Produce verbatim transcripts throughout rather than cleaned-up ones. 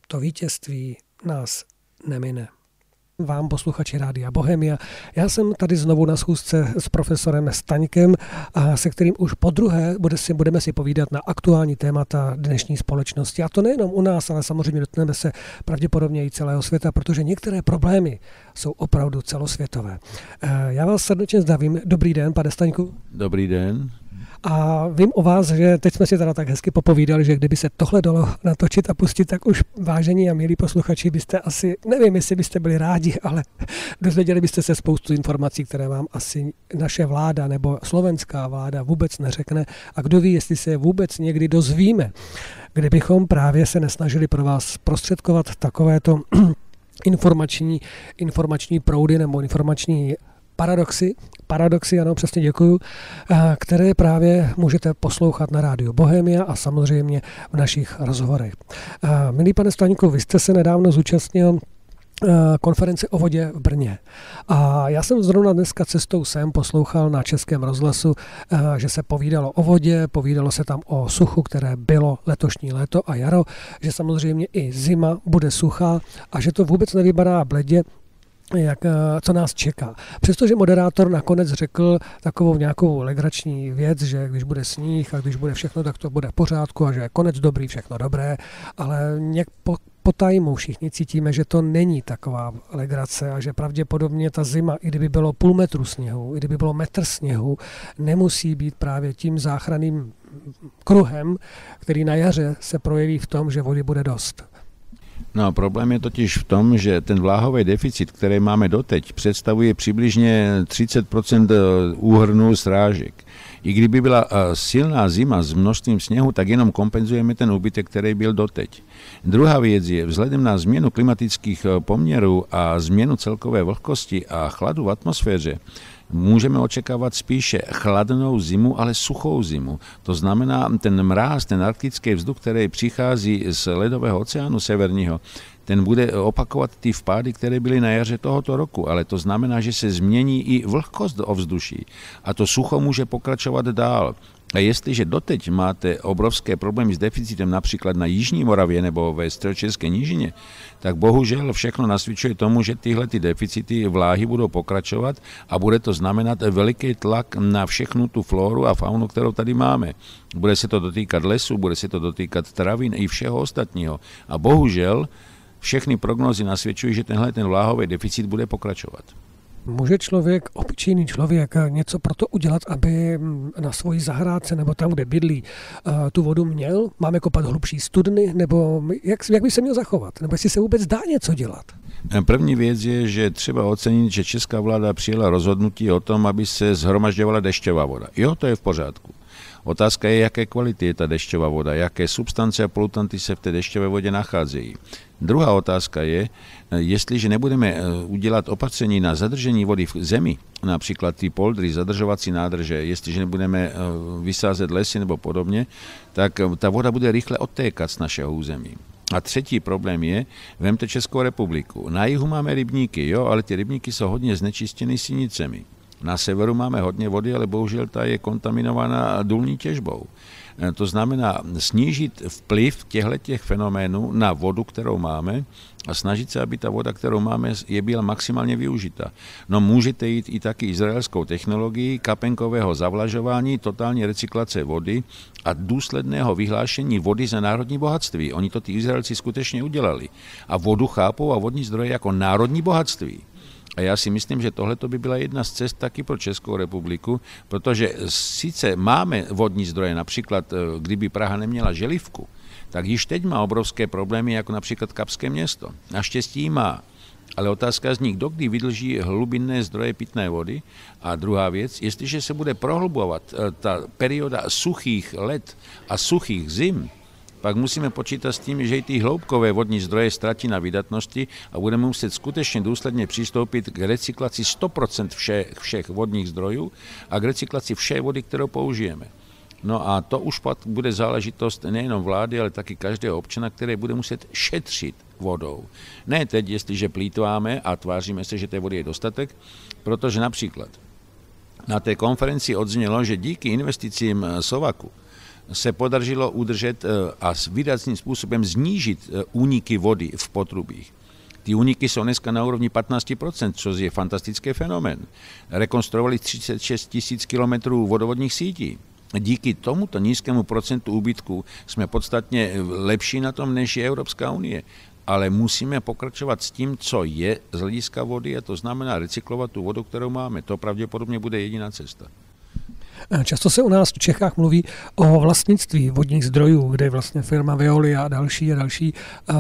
to vítězství nás nemine. Vám, posluchači Rádia Bohemia. Já jsem tady znovu na schůzce s profesorem Staňkem, a se kterým už podruhé bude si, budeme si povídat na aktuální témata dnešní společnosti. A to nejenom u nás, ale samozřejmě dotkneme se pravděpodobně i celého světa, protože některé problémy jsou opravdu celosvětové. Já vás srdečně zdravím. Dobrý den, pane Staňku. Dobrý den. A vím o vás, že teď jsme si teda tak hezky popovídali, že kdyby se tohle dalo natočit a pustit, tak už vážení a milí posluchači byste asi, nevím, jestli byste byli rádi, ale dozvěděli byste se spoustu informací, které vám asi naše vláda nebo slovenská vláda vůbec neřekne. A kdo ví, jestli se je vůbec někdy dozvíme, kdybychom právě se nesnažili pro vás zprostředkovat takovéto informační, informační proudy nebo informační paradoxy, paradoxy, ano, přesně děkuju, které právě můžete poslouchat na Rádiu Bohemia a samozřejmě v našich rozhovorech. Milý pane Staňku, vy jste se nedávno zúčastnil konferenci o vodě v Brně. A já jsem zrovna dneska cestou sem poslouchal na Českém rozhlasu, že se povídalo o vodě, povídalo se tam o suchu, které bylo letošní léto a jaro, že samozřejmě i zima bude suchá a že to vůbec nevypadá bledě, jak, co nás čeká. Přestože moderátor nakonec řekl takovou nějakou legrační věc, že když bude sníh a když bude všechno, tak to bude v pořádku a že je konec dobrý, všechno dobré, ale nějak po, po tajmu všichni cítíme, že to není taková legrace a že pravděpodobně ta zima, i kdyby bylo půl metru sněhu, i kdyby bylo metr sněhu, nemusí být právě tím záchranným kruhem, který na jaře se projeví v tom, že vody bude dost. No, problém je totiž v tom, že ten vláhový deficit, který máme doteď, představuje přibližně třicet procent úhrnu srážek. I kdyby byla silná zima s množstvím sněhu, tak jenom kompenzujeme ten úbytek, který byl doteď. Druhá věc je, vzhledem na změnu klimatických poměrů a změnu celkové vlhkosti a chladu v atmosféře, můžeme očekávat spíše chladnou zimu, ale suchou zimu. To znamená, ten mráz, ten arktický vzduch, který přichází z ledového oceánu severního, ten bude opakovat ty vpády, které byly na jaře tohoto roku, ale to znamená, že se změní i vlhkost ovzduší a to sucho může pokračovat dál. A jestliže doteď máte obrovské problémy s deficitem například na Jižní Moravě nebo ve Středočeské nížině, tak bohužel všechno nasvědčuje tomu, že tyhle ty deficity vláhy budou pokračovat a bude to znamenat veliký tlak na všechnu tu floru a faunu, kterou tady máme. Bude se to dotýkat lesů, bude se to dotýkat travin i všeho ostatního. A bohužel všechny prognózy nasvědčují, že tenhle ten vláhový deficit bude pokračovat. Může člověk, obyčejný člověk, něco pro to udělat, aby na svojí zahrádce nebo tam, kde bydlí, tu vodu měl? Máme kopat hlubší studny? Nebo jak, jak by se měl zachovat? Nebo jestli se vůbec dá něco dělat? První věc je, že třeba ocenit, že česká vláda přijela rozhodnutí o tom, aby se shromažďovala dešťová voda. Jo, to je v pořádku. Otázka je, jaké kvality je ta dešťová voda, jaké substance a polutanty se v té dešťové vodě nacházejí. Druhá otázka je, jestliže nebudeme udělat opatření na zadržení vody v zemi, například ty poldry, zadržovací nádrže, jestliže nebudeme vysázet lesy nebo podobně, tak ta voda bude rychle odtékat z našeho území. A třetí problém je, vemte Českou republiku. Na jihu máme rybníky, jo, ale ty rybníky jsou hodně znečištěny sinicemi. Na severu máme hodně vody, ale bohužel ta je kontaminovaná důlní těžbou. To znamená snížit vpliv těchto fenoménů na vodu, kterou máme a snažit se, aby ta voda, kterou máme, je byla maximálně využita. No můžete jít i taky izraelskou technologií kapenkového zavlažování, totální recyklace vody a důsledného vyhlášení vody za národní bohatství. Oni to ty Izraelci skutečně udělali. A vodu chápou a vodní zdroje jako národní bohatství. A já si myslím, že tohle by byla jedna z cest taky pro Českou republiku, protože sice máme vodní zdroje, například kdyby Praha neměla želivku, tak již teď má obrovské problémy, jako například Kapské město. Naštěstí má. Ale otázka zní, kdo kdy vydrží hlubinné zdroje pitné vody. A druhá věc, jestliže se bude prohlubovat ta perioda suchých let a suchých zim, pak musíme počítat s tím, že i ty hloubkové vodní zdroje ztratí na vydatnosti a budeme muset skutečně důsledně přistoupit k recyklaci sto procent všech, všech vodních zdrojů a k recyklaci vše vody, kterou použijeme. No a to už pak bude záležitost nejenom vlády, ale taky každého občana, který bude muset šetřit vodou. Ne teď, jestliže plýtváme a tváříme se, že té vody je dostatek, protože například na té konferenci odznělo, že díky investicím Sovaku se podařilo udržet a výrazným způsobem znížit úniky vody v potrubích. Ty úniky jsou dneska na úrovni patnáct procent, což je fantastický fenomén. Rekonstruovali třicet šest tisíc kilometrů vodovodních sítí. Díky tomuto nízkému procentu úbytku jsme podstatně lepší na tom, než je Evropská unie. Ale musíme pokračovat s tím, co je z hlediska vody, a to znamená recyklovat tu vodu, kterou máme. To pravděpodobně bude jediná cesta. Často se u nás v Čechách mluví o vlastnictví vodních zdrojů, kde vlastně firma Veolia a další a další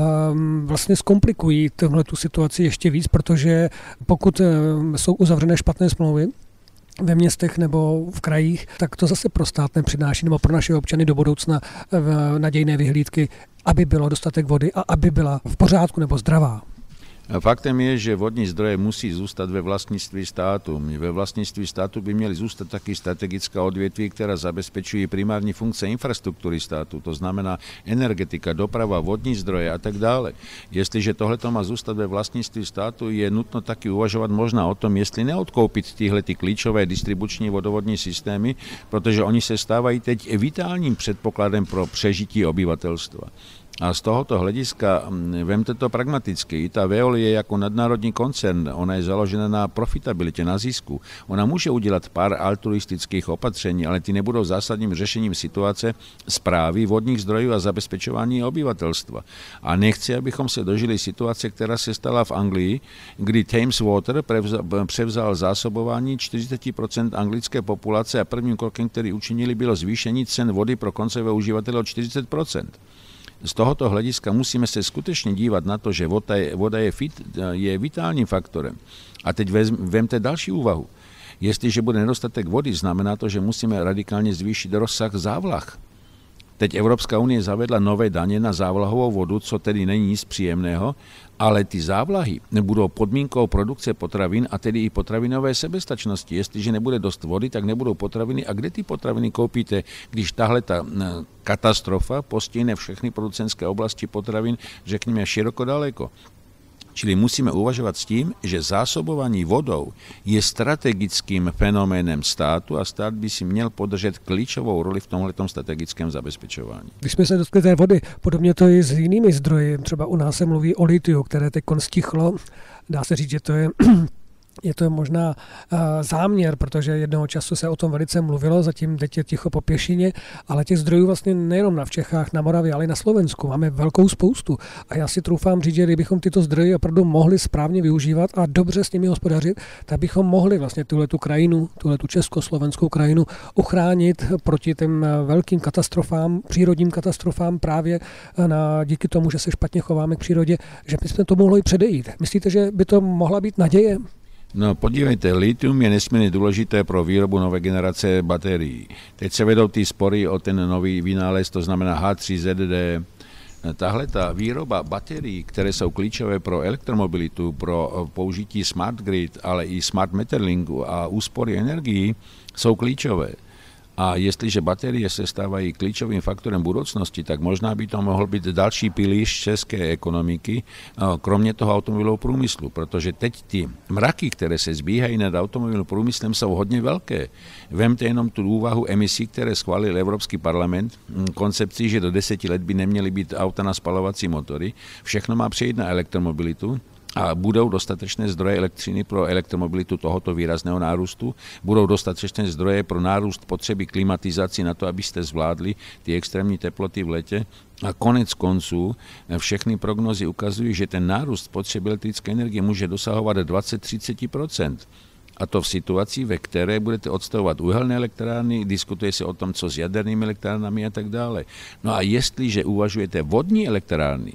um, vlastně zkomplikují tu situaci ještě víc, protože pokud um, jsou uzavřené špatné smlouvy ve městech nebo v krajích, tak to zase pro stát nepřináší, nebo pro naše občany do budoucna v nadějné vyhlídky, aby bylo dostatek vody a aby byla v pořádku nebo zdravá. Faktem je, že vodní zdroje musí zůstat ve vlastnictví státu. Ve vlastnictví státu by měly zůstat taky strategická odvětví, která zabezpečují primární funkce infrastruktury státu, to znamená energetika, doprava, vodní zdroje a tak dále. Jestliže tohle má zůstat ve vlastnictví státu, je nutno taky uvažovat možná o tom, jestli neodkoupit tyhle ty klíčové distribuční vodovodní systémy, protože oni se stávají teď vitálním předpokladem pro přežití obyvatelstva. A z tohoto hlediska vemte to pragmaticky. I ta Veolia je jako nadnárodní koncern, ona je založena na profitabilitě, na zisku. Ona může udělat pár altruistických opatření, ale ty nebudou zásadním řešením situace správy vodních zdrojů a zabezpečování obyvatelstva. A nechci, abychom se dožili situace, která se stala v Anglii, kdy Thames Water převzal zásobování čtyřicet procent anglické populace a prvním krokem, který učinili, bylo zvýšení cen vody pro koncové uživatele o čtyřicet procent. Z tohoto hlediska musíme se skutečně dívat na to, že voda je, voda je, fit, je vitálním faktorem. A teď vemte další úvahu. Jestliže bude nedostatek vody, znamená to, že musíme radikálně zvýšit rozsah závlah. Teď Evropská unie zavedla nové daně na závlahovou vodu, co tedy není nic příjemného, ale ty závlahy budou podmínkou produkce potravin a tedy i potravinové sebestačnosti. Jestliže nebude dost vody, tak nebudou potraviny. A kde ty potraviny koupíte, když tahle ta katastrofa postihne všechny producentské oblasti potravin, řekněme, široko daleko? Čili musíme uvažovat s tím, že zásobování vodou je strategickým fenoménem státu a stát by si měl podržet klíčovou roli v tomhletom strategickém zabezpečování. Když jsme se dotkli té vody, podobně to je s jinými zdroji. Třeba u nás se mluví o litiu, které teď stichlo. Dá se říct, že to je... Je to možná uh, záměr, protože jednoho času se o tom velice mluvilo, zatím teď je ticho po pěšině, ale těch zdrojů vlastně nejenom na v Čechách, na Moravě, ale i na Slovensku máme velkou spoustu. A já si troufám říct, že kdybychom tyto zdroje opravdu mohli správně využívat a dobře s nimi hospodařit, tak bychom mohli vlastně tuhletu krajinu, tuhletu československou krajinu uchránit proti těm velkým katastrofám, přírodním katastrofám právě na, díky tomu, že se špatně chováme k přírodě, že bychom to mohli předejít. Myslíte, že by to mohla být naděje? No podívejte, litium je nesmírně důležité pro výrobu nové generace baterií. Teď se vedou ty spory o ten nový vynález, to znamená H tři Z D. Tahle ta výroba baterií, které jsou klíčové pro elektromobilitu, pro použití smart grid, ale i smart meteringu a úspory energií, jsou klíčové. A jestliže baterie se stávají klíčovým faktorem budoucnosti, tak možná by to mohl být další pilíř české ekonomiky, kromě toho automobilového průmyslu, protože teď ty mraky, které se zbíhají nad automobilovým průmyslem, jsou hodně velké. Vemte jenom tu úvahu emisí, které schválil Evropský parlament, koncepci, že do deseti let by neměly být auta na spalovací motory, všechno má přejít na elektromobilitu. A budou dostatečné zdroje elektřiny pro elektromobilitu tohoto výrazného nárůstu, budou dostatečné zdroje pro nárůst potřeby klimatizací na to, abyste zvládli ty extrémní teploty v létě. A konec konců všechny prognozy ukazují, že ten nárůst potřeby elektrické energie může dosahovat dvacet až třicet procent. A to v situaci, ve které budete odstavovat uhelné elektrárny, diskutuje se o tom, co s jadernými elektrárnami a tak dále. No a jestliže uvažujete vodní elektrárny,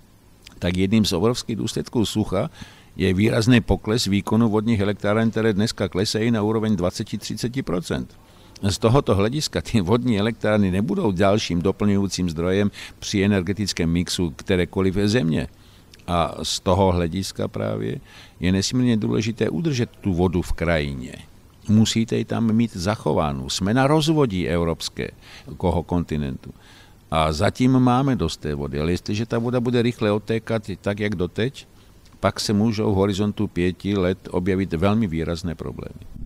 tak jedním z obrovských důsledků sucha je výrazný pokles výkonu vodních elektráren, které dneska klesají na úroveň dvacet až třicet procent. Z tohoto hlediska ty vodní elektrárny nebudou dalším doplňujícím zdrojem při energetickém mixu kterékoliv země. A z toho hlediska právě je nesmírně důležité udržet tu vodu v krajině. Musíte ji tam mít zachovánu. Jsme na rozvodí evropského kontinentu. A zatím máme dost té vody, ale jestliže ta voda bude rychle odtékat tak, jak doteď, pak se můžou v horizontu pěti let objevit velmi výrazné problémy.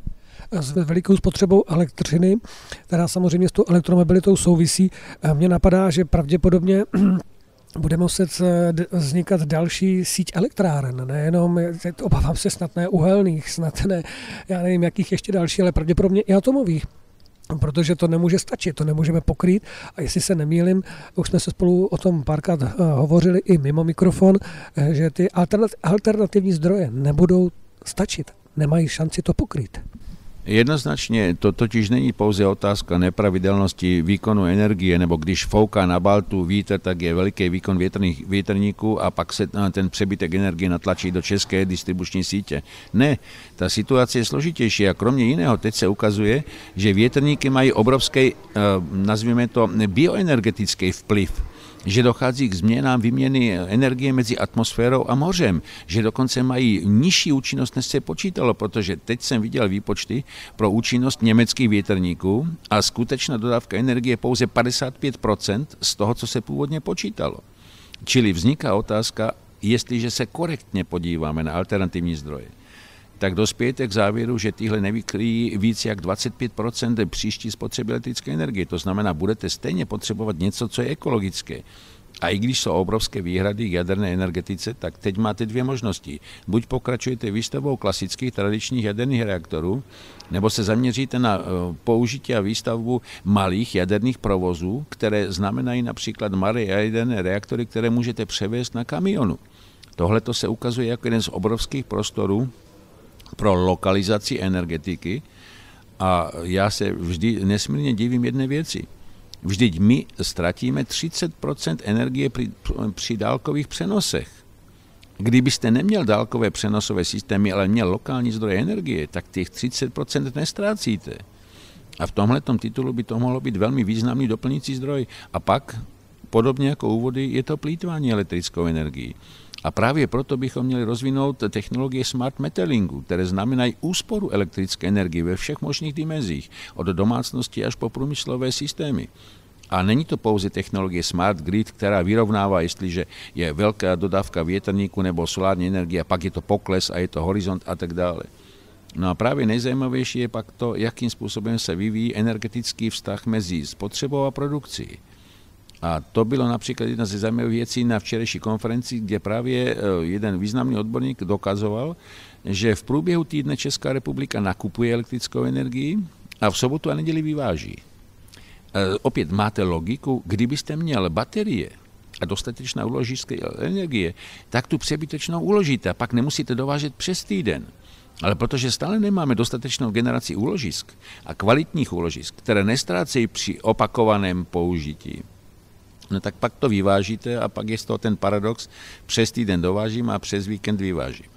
s velikou spotřebou elektřiny, která samozřejmě s tou elektromobilitou souvisí. Mně napadá, že pravděpodobně bude muset vznikat další síť elektráren, nejenom, obávám se snad ne uhelných, snad ne, já nevím, jakých ještě další, ale pravděpodobně i atomových. Protože to nemůže stačit, to nemůžeme pokrýt a jestli se nemýlim, už jsme se spolu o tom párkrát hovořili i mimo mikrofon, že ty alternativní zdroje nebudou stačit, nemají šanci to pokrýt. Jednoznačně to totiž není pouze otázka nepravidelnosti výkonu energie, nebo když fouká na Baltu vítr, tak je veliký výkon větrných, větrníků a pak se ten přebytek energie natlačí do české distribuční sítě. Ne, ta situace je složitější a kromě jiného teď se ukazuje, že větrníky mají obrovský, nazvěme to, bioenergetický vplyv, že dochází k změnám výměny energie mezi atmosférou a mořem, že dokonce mají nižší účinnost, než se počítalo, protože teď jsem viděl výpočty pro účinnost německých větrníků a skutečná dodávka energie je pouze padesát pět procent z toho, co se původně počítalo. Čili vzniká otázka, jestliže se korektně podíváme na alternativní zdroje, tak dospějete k závěru, že tyhle nevykryjí víc jak dvacet pět procent příští spotřeby elektrické energie. To znamená, budete stejně potřebovat něco, co je ekologické. A i když jsou obrovské výhrady k jaderné energetice, tak teď máte dvě možnosti. Buď pokračujete výstavbou klasických tradičních jaderných reaktorů, nebo se zaměříte na použití a výstavbu malých jaderných provozů, které znamenají například malé jaderné reaktory, které můžete převést na kamionu. Tohle to se ukazuje jako jeden z obrovských prostorů pro lokalizaci energetiky a já se vždy nesmírně divím jedné věci. Vždyť my ztratíme třicet procent energie při, při dálkových přenosech. Kdybyste neměl dálkové přenosové systémy, ale měl lokální zdroje energie, tak těch třicet procent nestrácíte. A v tomhletom titulu by to mohlo být velmi významný doplňující zdroj. A pak, podobně jako úvody, je to plýtvání elektrickou energií. A právě proto bychom měli rozvinout technologie smart metelingu, které znamenají úsporu elektrické energie ve všech možných dimenzích, od domácnosti až po průmyslové systémy. A není to pouze technologie smart grid, která vyrovnává, jestliže je velká dodávka větrníku nebo solární energie, a pak je to pokles a je to horizont a tak dále. No a právě nejzajímavější je pak to, jakým způsobem se vyvíjí energetický vztah mezi spotřebou a produkcí. A to bylo například jedna ze zajímavých věcí na včerejší konferenci, kde právě jeden významný odborník dokazoval, že v průběhu týdne Česká republika nakupuje elektrickou energii a v sobotu a neděli vyváží. Opět máte logiku, kdybyste měl baterie a dostatečná úložiště energie, tak tu přebytečnou uložíte a pak nemusíte dovážet přes týden. Ale protože stále nemáme dostatečnou generaci úložisk a kvalitních úložisk, které nestrácejí při opakovaném použití, no tak pak to vyvážíte a pak je z toho ten paradox, přes týden dovážím a přes víkend vyvážím.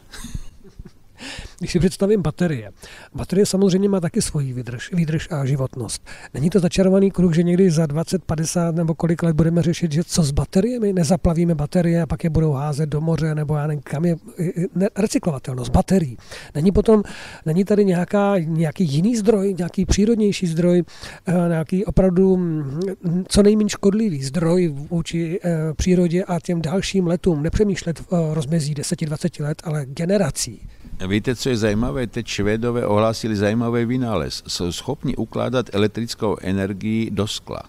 Když si představím baterie. Baterie samozřejmě má taky svoji výdrž, výdrž a životnost. Není to začarovaný kruh, že někdy za dvacet, padesát nebo kolik let budeme řešit, že co s bateriemi? Nezaplavíme baterie a pak je budou házet do moře nebo já nevím, kam je recyklovatelnost baterií. Není potom, není tady nějaká, nějaký jiný zdroj, nějaký přírodnější zdroj, nějaký opravdu co nejméně škodlivý zdroj vůči přírodě a těm dalším letům. Nepřemýšlet v rozmezí deset dvacet let, ale generací. Víte, co je zajímavé? Teď Švédové ohlásili zajímavý vynález. Jsou schopni ukládat elektrickou energii do skla.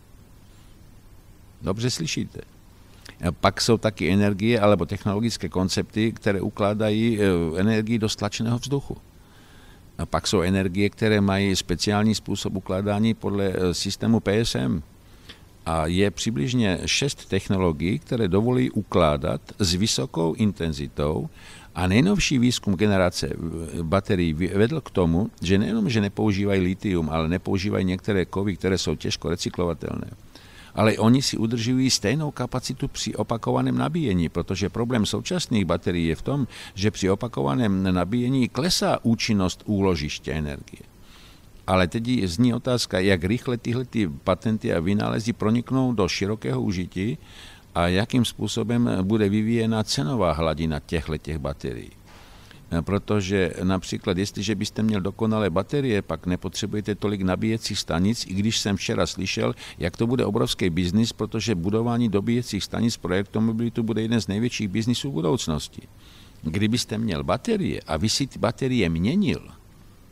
Dobře slyšíte. A pak jsou taky energie alebo technologické koncepty, které ukládají energii do stlačeného vzduchu. A pak jsou energie, které mají speciální způsob ukládání podle systému P S M. A je přibližně šest technologií, které dovolí ukládat s vysokou intenzitou. A nejnovší výzkum generace baterií vedl k tomu, že nejenom, že nepoužívají litium, ale nepoužívají některé kovy, které jsou těžko recyklovatelné. Ale oni si udržují stejnou kapacitu při opakovaném nabíjení, protože problém současných baterií je v tom, že při opakovaném nabíjení klesá účinnost úložiště energie. Ale teď zní otázka, jak rychle tyhle ty patenty a vynálezy proniknou do širokého užití a jakým způsobem bude vyvíjena cenová hladina těchto baterií. Protože například, jestliže byste měl dokonalé baterie, pak nepotřebujete tolik nabíjecích stanic, i když jsem včera slyšel, jak to bude obrovský biznis, protože budování dobíjecích stanic pro elektromobilitu bude jeden z největších biznisů budoucnosti. Kdybyste měl baterie a vy si ty baterie měnil,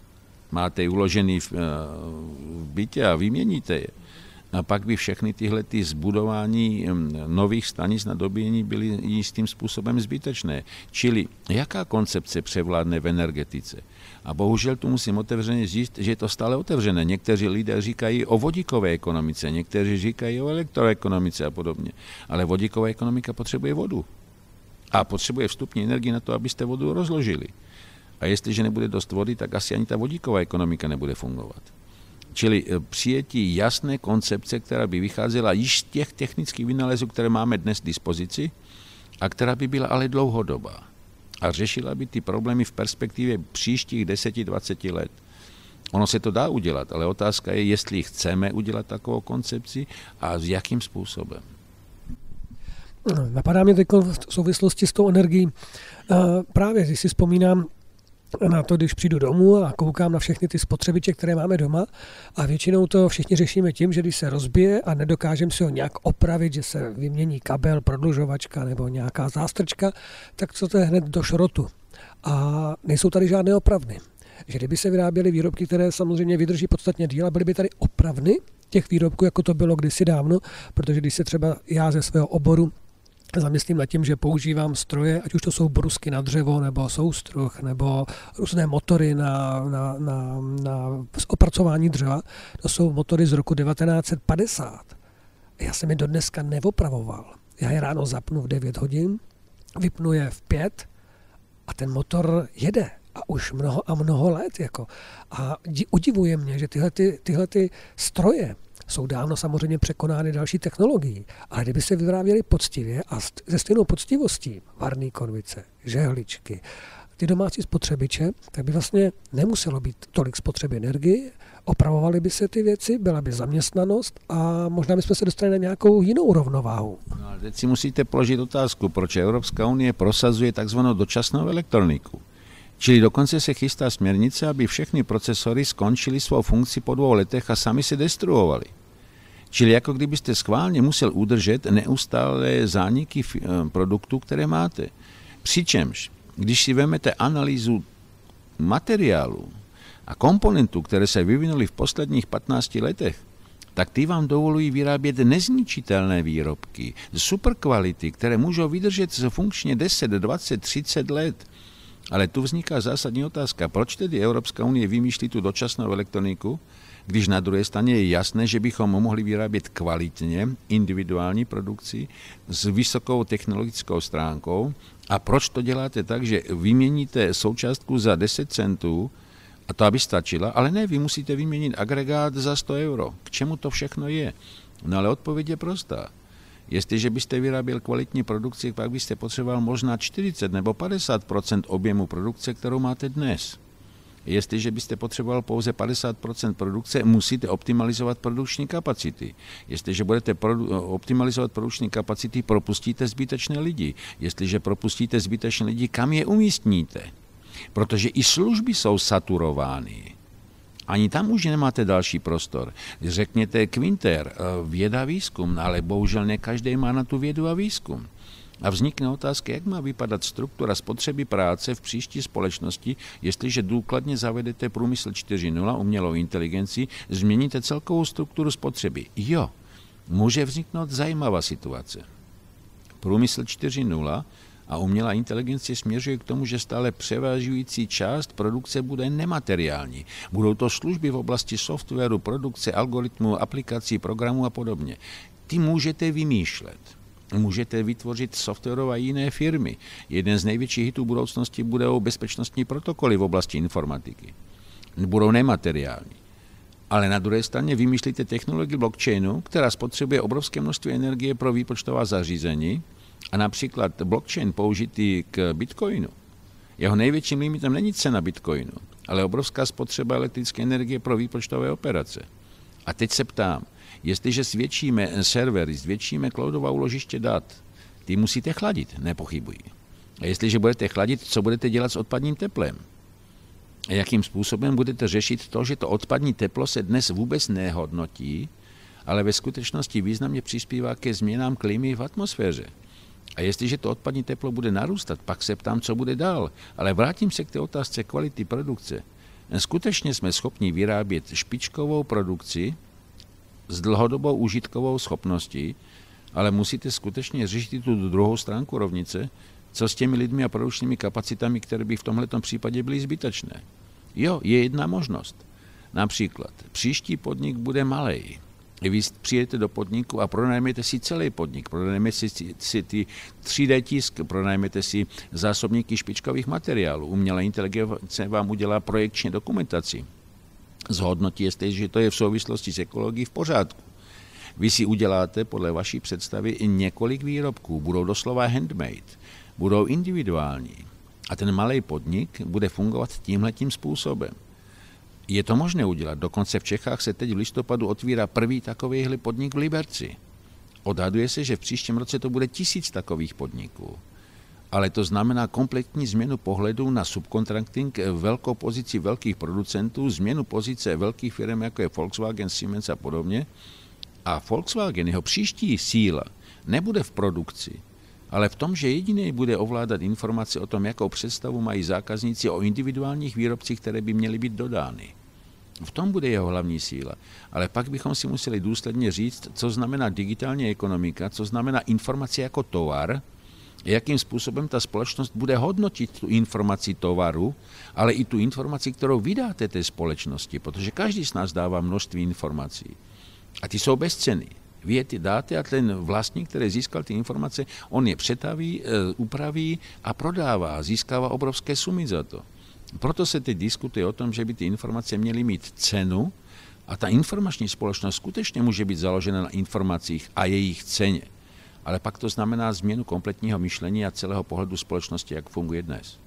máte je uložený v, v bytě a vyměníte je, a pak by všechny tyhle ty zbudování nových stanic na dobíjení byly jistým způsobem zbytečné. Čili jaká koncepce převládne v energetice? A bohužel tu musím otevřeně říct, že je to stále otevřené. Někteří lidé říkají o vodíkové ekonomice, někteří říkají o elektroekonomice a podobně. Ale vodíková ekonomika potřebuje vodu. A potřebuje vstupní energii na to, abyste vodu rozložili. A jestliže nebude dost vody, tak asi ani ta vodíková ekonomika nebude fungovat. Čili přijetí jasné koncepce, která by vycházela již z těch technických vynálezů, které máme dnes k dispozici, a která by byla ale dlouhodobá. A řešila by ty problémy v perspektivě příštích deset dvacet let. Ono se to dá udělat, ale otázka je, jestli chceme udělat takovou koncepci a s jakým způsobem. Napadá mě teď v souvislosti s tou energií. Právě, když si vzpomínám na to, když přijdu domů a koukám na všechny ty spotřebiče, které máme doma, a většinou to všichni řešíme tím, že když se rozbije a nedokážeme si ho nějak opravit, že se vymění kabel, prodlužovačka nebo nějaká zástrčka, tak co to je hned do šrotu. A nejsou tady žádné opravny. Že kdyby se vyráběly výrobky, které samozřejmě vydrží podstatně díl, a byly by tady opravny těch výrobků, jako to bylo kdysi dávno, protože když se třeba já ze svého oboru zamyslím nad tím, že používám stroje, ať už to jsou brusky na dřevo, nebo soustruh, nebo různé motory na, na, na, na opracování dřeva. To jsou motory z roku devatenáct set padesát. Já jsem je dodneska neopravoval. Já je ráno zapnu v devět hodin, vypnu je v pět a ten motor jede. A už mnoho a mnoho let. Jako. A udivuje mě, že tyhle, ty, tyhle ty stroje jsou dávno samozřejmě překonány další technologií, ale kdyby se vyráběly poctivě a se stejnou poctivostí, varné konvice, žehličky, ty domácí spotřebiče, tak by vlastně nemuselo být tolik spotřeby energie, opravovaly by se ty věci, byla by zaměstnanost a možná bychom se dostali na nějakou jinou rovnováhu. No, ale teď si musíte položit otázku, proč Evropská unie prosazuje takzvanou dočasnou elektroniku. Čili dokonce se chystá směrnice, aby všechny procesory skončily svou funkci po dvou letech a sami se destruovaly. Čili jako kdybyste schválně musel udržet neustále zániky produktů, které máte. Přičemž, když si vezmete analýzu materiálu a komponentů, které se vyvinuly v posledních patnácti letech, tak ty vám dovolují vyrábět nezničitelné výrobky, super kvality, které můžou vydržet funkčně deset, dvacet, třicet let. Ale tu vzniká zásadní otázka, proč tedy Evropská unie vymýšlí tu dočasnou elektroniku, když na druhé straně je jasné, že bychom mohli vyrábět kvalitně individuální produkci s vysokou technologickou stránkou. A proč to děláte tak, že vyměníte součástku za deset centů, a to aby stačila, ale ne, vy musíte vyměnit agregát za sto euro. K čemu to všechno je? No ale odpověď je prostá. Jestliže byste vyráběl kvalitní produkci, pak byste potřeboval možná čtyřicet nebo padesát procent objemu produkce, kterou máte dnes. Jestliže byste potřeboval pouze padesát procent produkce, musíte optimalizovat produkční kapacity. Jestliže budete produ- optimalizovat produkční kapacity, propustíte zbytečné lidi. Jestliže propustíte zbytečné lidi, kam je umístníte? Protože i služby jsou saturovány. Ani tam už nemáte další prostor. Řekněte Quinter, věda výzkum, ale bohužel ne každý má na tu vědu a výzkum. A vznikne otázka, jak má vypadat struktura spotřeby práce v příští společnosti, jestliže důkladně zavedete průmysl čtyři tečka nula, umělou inteligenci, změníte celkovou strukturu spotřeby. Jo, může vzniknout zajímavá situace. Průmysl čtyři tečka nula a umělá inteligence směřuje k tomu, že stále převažující část produkce bude nemateriální. Budou to služby v oblasti softwaru, produkce, algoritmů, aplikací, programů a podobně. Ty můžete vymýšlet. Můžete vytvořit softwarové a jiné firmy. Jeden z největších hitů budoucnosti budou bezpečnostní protokoly v oblasti informatiky. Budou nemateriální. Ale na druhé straně vymýšlíte technologii blockchainu, která spotřebuje obrovské množství energie pro výpočtová zařízení, a například blockchain použitý k bitcoinu. Jeho největším limitem není cena bitcoinu, ale obrovská spotřeba elektrické energie pro výpočtové operace. A teď se ptám, jestliže zvětšíme servery, zvětšíme cloudová úložiště dat, ty musíte chladit, nepochybuji. A jestliže budete chladit, co budete dělat s odpadním teplem? A jakým způsobem budete řešit to, že to odpadní teplo se dnes vůbec nehodnotí, ale ve skutečnosti významně přispívá ke změnám klímy v atmosféře? A jestliže to odpadní teplo bude narůstat, pak se ptám, co bude dál. Ale vrátím se k té otázce kvality produkce. skutečně jsme schopni vyrábět špičkovou produkci s dlhodobou užitkovou schopností, ale musíte skutečně řešit tu druhou stránku rovnice, co s těmi lidmi a produkčními kapacitami, které by v tomhletom případě byly zbytečné. Jo, je jedna možnost. Například, příští podnik bude malej. Vy přijete do podniku a pronajmete si celý podnik, pronajmete si, si ty tři dé tisk, pronajmete si zásobníky špičkových materiálů. Umělá inteligence vám udělá projekční dokumentaci. Zhodnotí, jestli, že to je v souvislosti s ekologií v pořádku. Vy si uděláte podle vaší představy i několik výrobků, budou doslova handmade, budou individuální. A ten malý podnik bude fungovat tímhletím způsobem. Je to možné udělat. Dokonce v Čechách se teď v listopadu otvírá první takovýhle podnik v Liberci. Odhaduje se, že v příštím roce to bude tisíc takových podniků. Ale to znamená kompletní změnu pohledu na subkontrakting, velkou pozici velkých producentů, změnu pozice velkých firm, jako je Volkswagen, Siemens a podobně. A Volkswagen, jeho příští síla, nebude v produkci, ale v tom, že jediný bude ovládat informace o tom, jakou představu mají zákazníci o individuálních výrobcích, které by měly být dodány. V tom bude jeho hlavní síla. Ale pak bychom si museli důsledně říct, co znamená digitální ekonomika, co znamená informace jako tovar, jakým způsobem ta společnost bude hodnotit tu informaci tovaru, ale i tu informaci, kterou vydáte té společnosti, protože každý z nás dává množství informací. A ty jsou bez ceny. Vy je ty dáte a ten vlastník, který získal ty informace, on je přetaví, upraví a prodává, získává obrovské sumy za to. Proto se teď diskutuje o tom, že by ty informace měly mít cenu a ta informační společnost skutečně může být založena na informacích a jejich ceně. Ale pak to znamená změnu kompletního myšlení a celého pohledu společnosti, jak funguje dnes.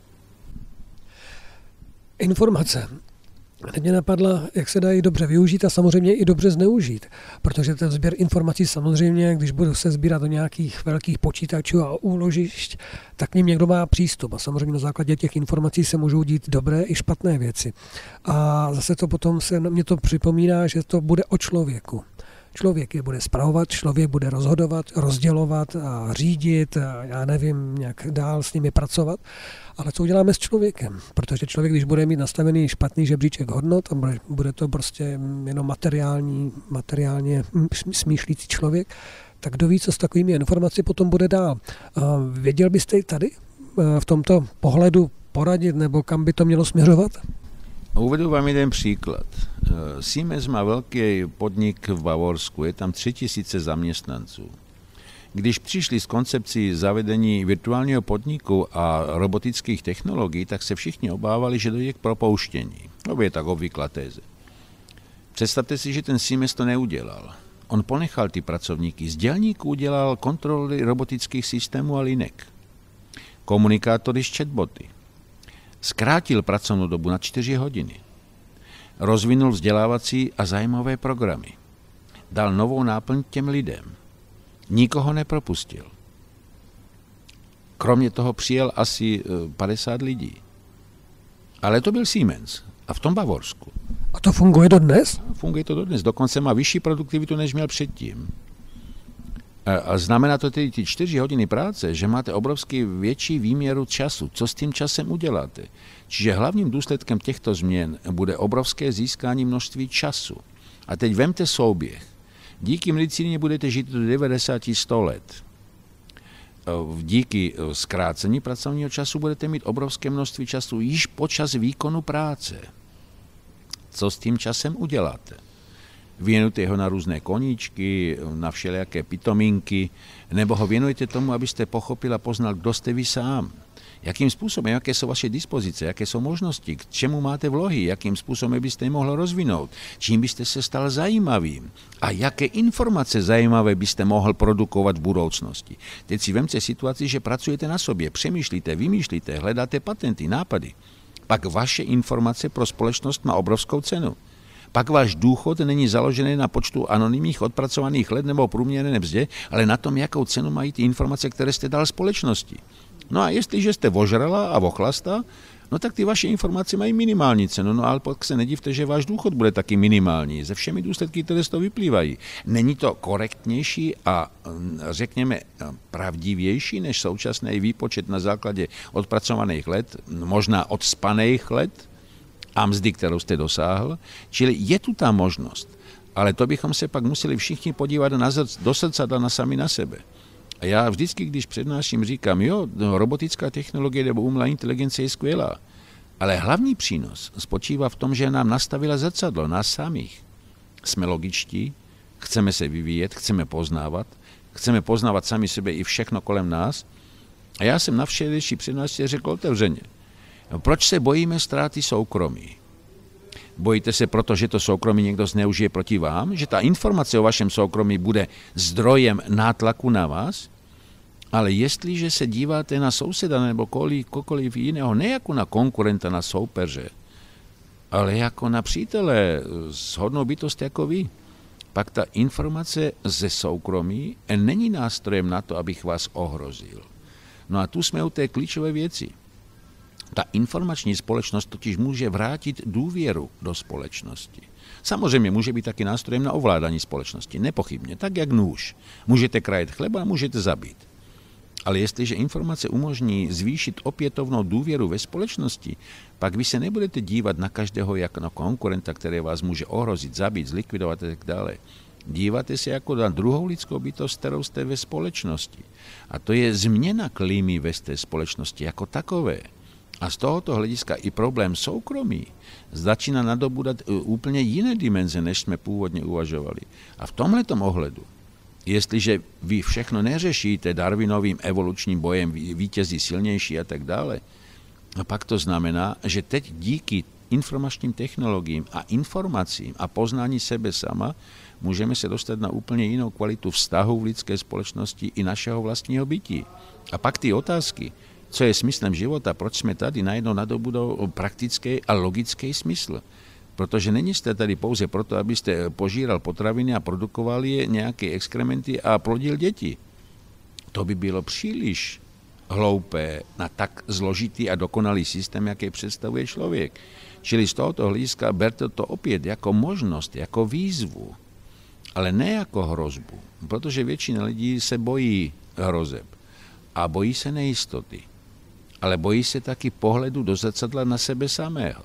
Informace. Teď mě napadla, jak se dají dobře využít a samozřejmě i dobře zneužít, protože ten sběr informací samozřejmě, když budou se sbírat do nějakých velkých počítačů a úložišť, tak k ním někdo má přístup a samozřejmě na základě těch informací se můžou dít dobré i špatné věci. A zase to potom se mě to připomíná, že to bude o člověku. Člověk je bude spravovat, člověk bude rozhodovat, rozdělovat a řídit a já nevím, nějak dál s nimi pracovat. Ale co uděláme s člověkem? Protože člověk, když bude mít nastavený špatný žebříček hodnot a bude, bude to prostě jenom materiální, materiálně smýšlící člověk, tak kdo ví, co s takovými informací potom bude dál. A věděl byste i tady v tomto pohledu poradit, nebo kam by to mělo směřovat? Uvedu vám jeden příklad. Siemens má velký podnik v Bavorsku, je tam tři tisíce zaměstnanců. Když přišli s koncepcí zavedení virtuálního podniku a robotických technologií, tak se všichni obávali, že dojde k propouštění. To je tak obvyklá téze. Představte si, že ten Siemens to neudělal. On ponechal ty pracovníky. Z dělníků udělal kontroly robotických systémů a linek. Komunikátory s chatboty. Zkrátil pracovnou dobu na čtyři hodiny. Rozvinul vzdělávací a zajímavé programy. Dal novou náplň těm lidem. Nikoho nepropustil. Kromě toho přijel asi padesát lidí. Ale to byl Siemens. A v tom Bavorsku. A to funguje dodnes? Funguje to dodnes. Dokonce má vyšší produktivitu, než měl předtím. A znamená to tedy ty čtyři hodiny práce, že máte obrovský větší výměru času. Co s tím časem uděláte? Čiže hlavním důsledkem těchto změn bude obrovské získání množství času. A teď vemte souběh. Díky medicíně budete žít do devadesát sto let. Díky zkrácení pracovního času budete mít obrovské množství času již počas výkonu práce. Co s tím časem uděláte? Věnujte ho na různé koníčky, na všelijaké pitominky, nebo ho věnujte tomu, abyste pochopil a poznal, kdo jste vy sám. Jakým způsobem, jaké jsou vaše dispozice, jaké jsou možnosti, k čemu máte vlohy, jakým způsobem byste je mohl rozvinout, čím byste se stal zajímavým a jaké informace zajímavé byste mohl produkovat v budoucnosti. Teď si vemte situaci, že pracujete na sobě, přemýšlíte, vymýšlíte, hledáte patenty, nápady. Pak vaše informace pro společnost má obrovskou cenu. Pak váš důchod není založený na počtu anonymních odpracovaných let nebo průměrné mzdě, ale na tom, jakou cenu mají ty informace, které jste dal společnosti. No a jestliže jste vožrala a vochlasta, no tak ty vaše informace mají minimální cenu, no ale pak se nedivte, že váš důchod bude taky minimální, se všemi důsledky, které z toho vyplývají. Není to korektnější a řekněme pravdivější než současný výpočet na základě odpracovaných let, možná odspaných let, a mzdy, kterou jste dosáhl. Čili je tu ta možnost. Ale to bychom se pak museli všichni podívat na zrc, do srdcadla na sami na sebe. A já vždycky, když přednáším, říkám, jo, robotická technologie nebo umělá inteligence je skvělá. Ale hlavní přínos spočívá v tom, že nám nastavila zrcadlo, nás samých. Jsme logičtí, chceme se vyvíjet, chceme poznávat, chceme poznávat sami sebe i všechno kolem nás. A já jsem na včerejší přednášce řekl otevřeně, no, proč se bojíme ztráty soukromí? Bojíte se proto, že to soukromí někdo zneužije proti vám? Že ta informace o vašem soukromí bude zdrojem nátlaku na vás? Ale jestliže se díváte na souseda nebo kohokoliv jiného, ne jako na konkurenta, na soupeře, ale jako na přítele, shodnou bytost jako vy, pak ta informace ze soukromí není nástrojem na to, abych vás ohrozil. No a tu jsme u té klíčové věci. Ta informační společnost totiž může vrátit důvěru do společnosti. Samozřejmě může být taky nástrojem na ovládání společnosti, nepochybně, tak jak nůž. Můžete krajet chleba, můžete zabít. Ale jestliže informace umožní zvýšit opětovnou důvěru ve společnosti, pak vy se nebudete dívat na každého jako na konkurenta, který vás může ohrozit, zabít, zlikvidovat a tak dále. Díváte se jako na druhou lidskou bytost, kterou jste ve společnosti. A to je změna klímy ve té společnosti jako takové. A z tohoto hlediska i problém soukromí začíná nadobudat úplně jiné dimenze, než jsme původně uvažovali. A v tomhletom ohledu, jestliže vy všechno neřešíte Darwinovým evolučním bojem, vítězí silnější a tak dále, a pak to znamená, že teď díky informačním technologiím a informacím a poznání sebe sama můžeme se dostat na úplně jinou kvalitu vztahu v lidské společnosti i našeho vlastního bytí. A pak ty otázky, co je smyslem života, proč jsme tady, najednou nadobudou praktický a logický smysl. Protože není jste tady pouze proto, abyste požíral potraviny a produkovali je nějaké exkrementy a plodil děti. To by bylo příliš hloupé na tak zložitý a dokonalý systém, jaký představuje člověk. Čili z tohoto hlediska berte to opět jako možnost, jako výzvu, ale ne jako hrozbu, protože většina lidí se bojí hrozeb a bojí se nejistoty, ale bojí se taky pohledu do zrcadla na sebe samého.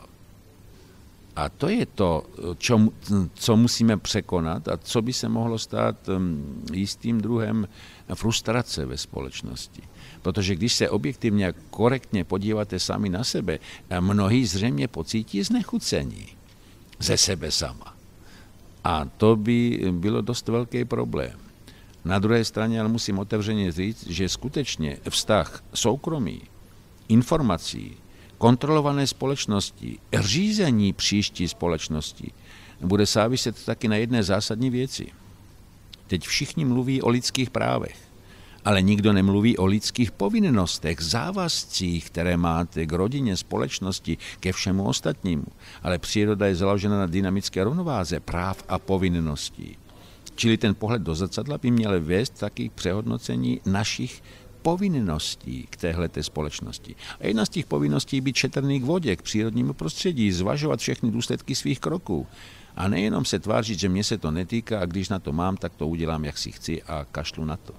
A to je to, čo, co musíme překonat a co by se mohlo stát jistým druhem frustrace ve společnosti. Protože když se objektivně a korektně podíváte sami na sebe, mnohí zřejmě pocítí znechucení ze sebe sama. A to by bylo dost velký problém. Na druhé straně ale musím otevřeně říct, že skutečně vztah soukromí, informací, kontrolované společnosti, řízení příští společnosti bude záviset taky na jedné zásadní věci. Teď všichni mluví o lidských právech, ale nikdo nemluví o lidských povinnostech, závazcích, které máte k rodině, společnosti, ke všemu ostatnímu. Ale příroda je založena na dynamické rovnováze práv a povinností. Čili ten pohled do zrcadla by měl vést taky k přehodnocení našich povinností k téhleté společnosti. A jedna z těch povinností je být šetrný k vodě, k přírodnímu prostředí, zvažovat všechny důsledky svých kroků. A nejenom se tvářit, že mě se to netýká a když na to mám, tak to udělám, jak si chci a kašlu na to.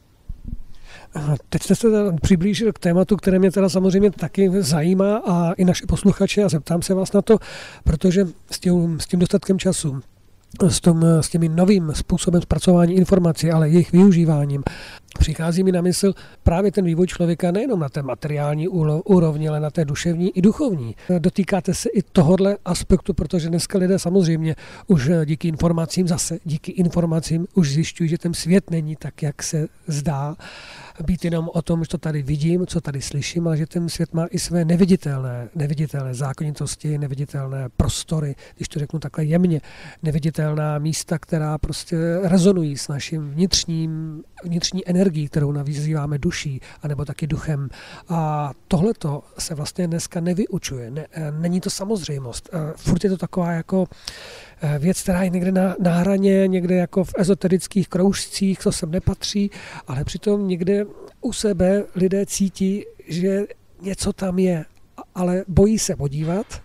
Teď jste se přiblížil k tématu, které mě teda samozřejmě taky zajímá a i naše posluchače a zeptám se vás na to, protože s tím, s tím dostatkem času, s, tom, s těmi novým způsobem zpracování informací, ale jejich využíváním, přichází mi na mysl právě ten vývoj člověka nejenom na té materiální úrovni, ale na té duševní i duchovní. Dotýkáte se i tohohle aspektu, protože dneska lidé samozřejmě už díky informacím, zase díky informacím už zjišťují, že ten svět není tak, jak se zdá být jenom o tom, že to tady vidím, co tady slyším, ale že ten svět má i své neviditelné, neviditelné zákonitosti, neviditelné prostory, když to řeknu takhle jemně, neviditelná místa, která prostě rezonují s naším vnitřním, vnitřní energií, kterou nazýváme duší, anebo taky duchem. A tohleto se vlastně dneska nevyučuje. Ne, není to samozřejmost. Furt je to taková jako věc, která je někde na, na hraně, někde jako v ezoterických kroužcích, co sem nepatří, ale přitom někde u sebe lidé cítí, že něco tam je, ale bojí se podívat, protože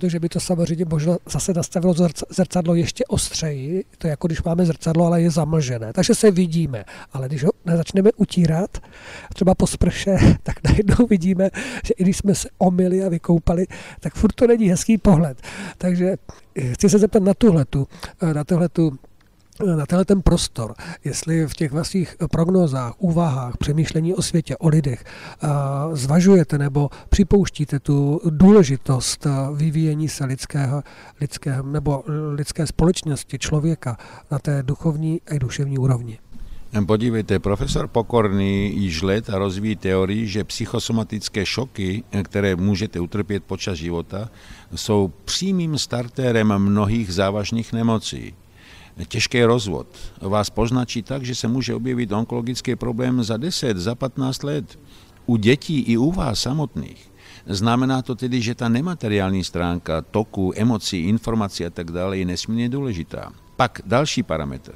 protože by to samozřejmě možná zase nastavilo zrcadlo ještě ostřeji, to je jako když máme zrcadlo, ale je zamlžené, takže se vidíme, ale když ho začneme utírat, třeba po sprše, tak najednou vidíme, že i když jsme se omyli a vykoupali, tak furt to není hezký pohled. Takže chci se zeptat na tuhletu, na tuhletu na tenhle ten prostor, jestli v těch vašich prognózách, úvahách, přemýšlení o světě, o lidech zvažujete nebo připouštíte tu důležitost vyvíjení se lidského, lidského nebo lidské společnosti, člověka na té duchovní a duševní úrovni. Podívejte, profesor Pokorný již léta rozvíjí teorii, že psychosomatické šoky, které můžete utrpět počas života, jsou přímým startérem mnohých závažných nemocí. Těžký rozvod vás poznačí tak, že se může objevit onkologický problém za deset, za patnáct let. U dětí i u vás samotných. Znamená to tedy, že ta nemateriální stránka toku, emocí, informací a tak dále je nesmírně důležitá. Pak další parametr.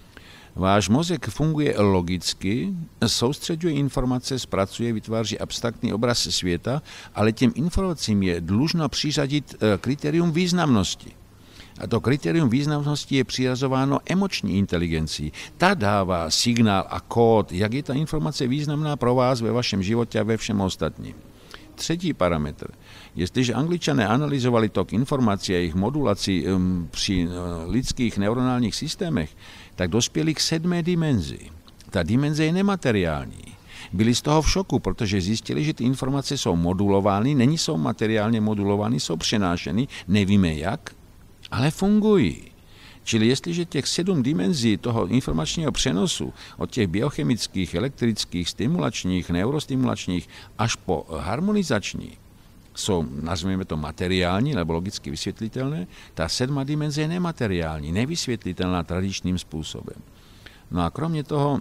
Váš mozek funguje logicky, soustředuje informace, zpracuje, vytváří abstraktní obraz světa, ale těm informacím je dlužno přiřadit kritérium významnosti. A to kritérium významnosti je přirazováno emoční inteligencí. Ta dává signál a kód, jak je ta informace významná pro vás ve vašem životě a ve všem ostatním. Třetí parametr. Jestliže Angličané analyzovali tok informací a jejich modulaci um, při uh, lidských neuronálních systémech, tak dospěli k sedmé dimenzi. Ta dimenze je nemateriální. Byli z toho v šoku, protože zjistili, že ty informace jsou modulovány, není jsou materiálně modulovány, jsou přenášeny, nevíme jak, ale fungují. Čili jestliže těch sedm dimenzí toho informačního přenosu od těch biochemických, elektrických, stimulačních, neurostimulačních až po harmonizační jsou, nazveme to materiální nebo logicky vysvětlitelné, ta sedma dimenze je nemateriální, nevysvětlitelná tradičním způsobem. No a kromě toho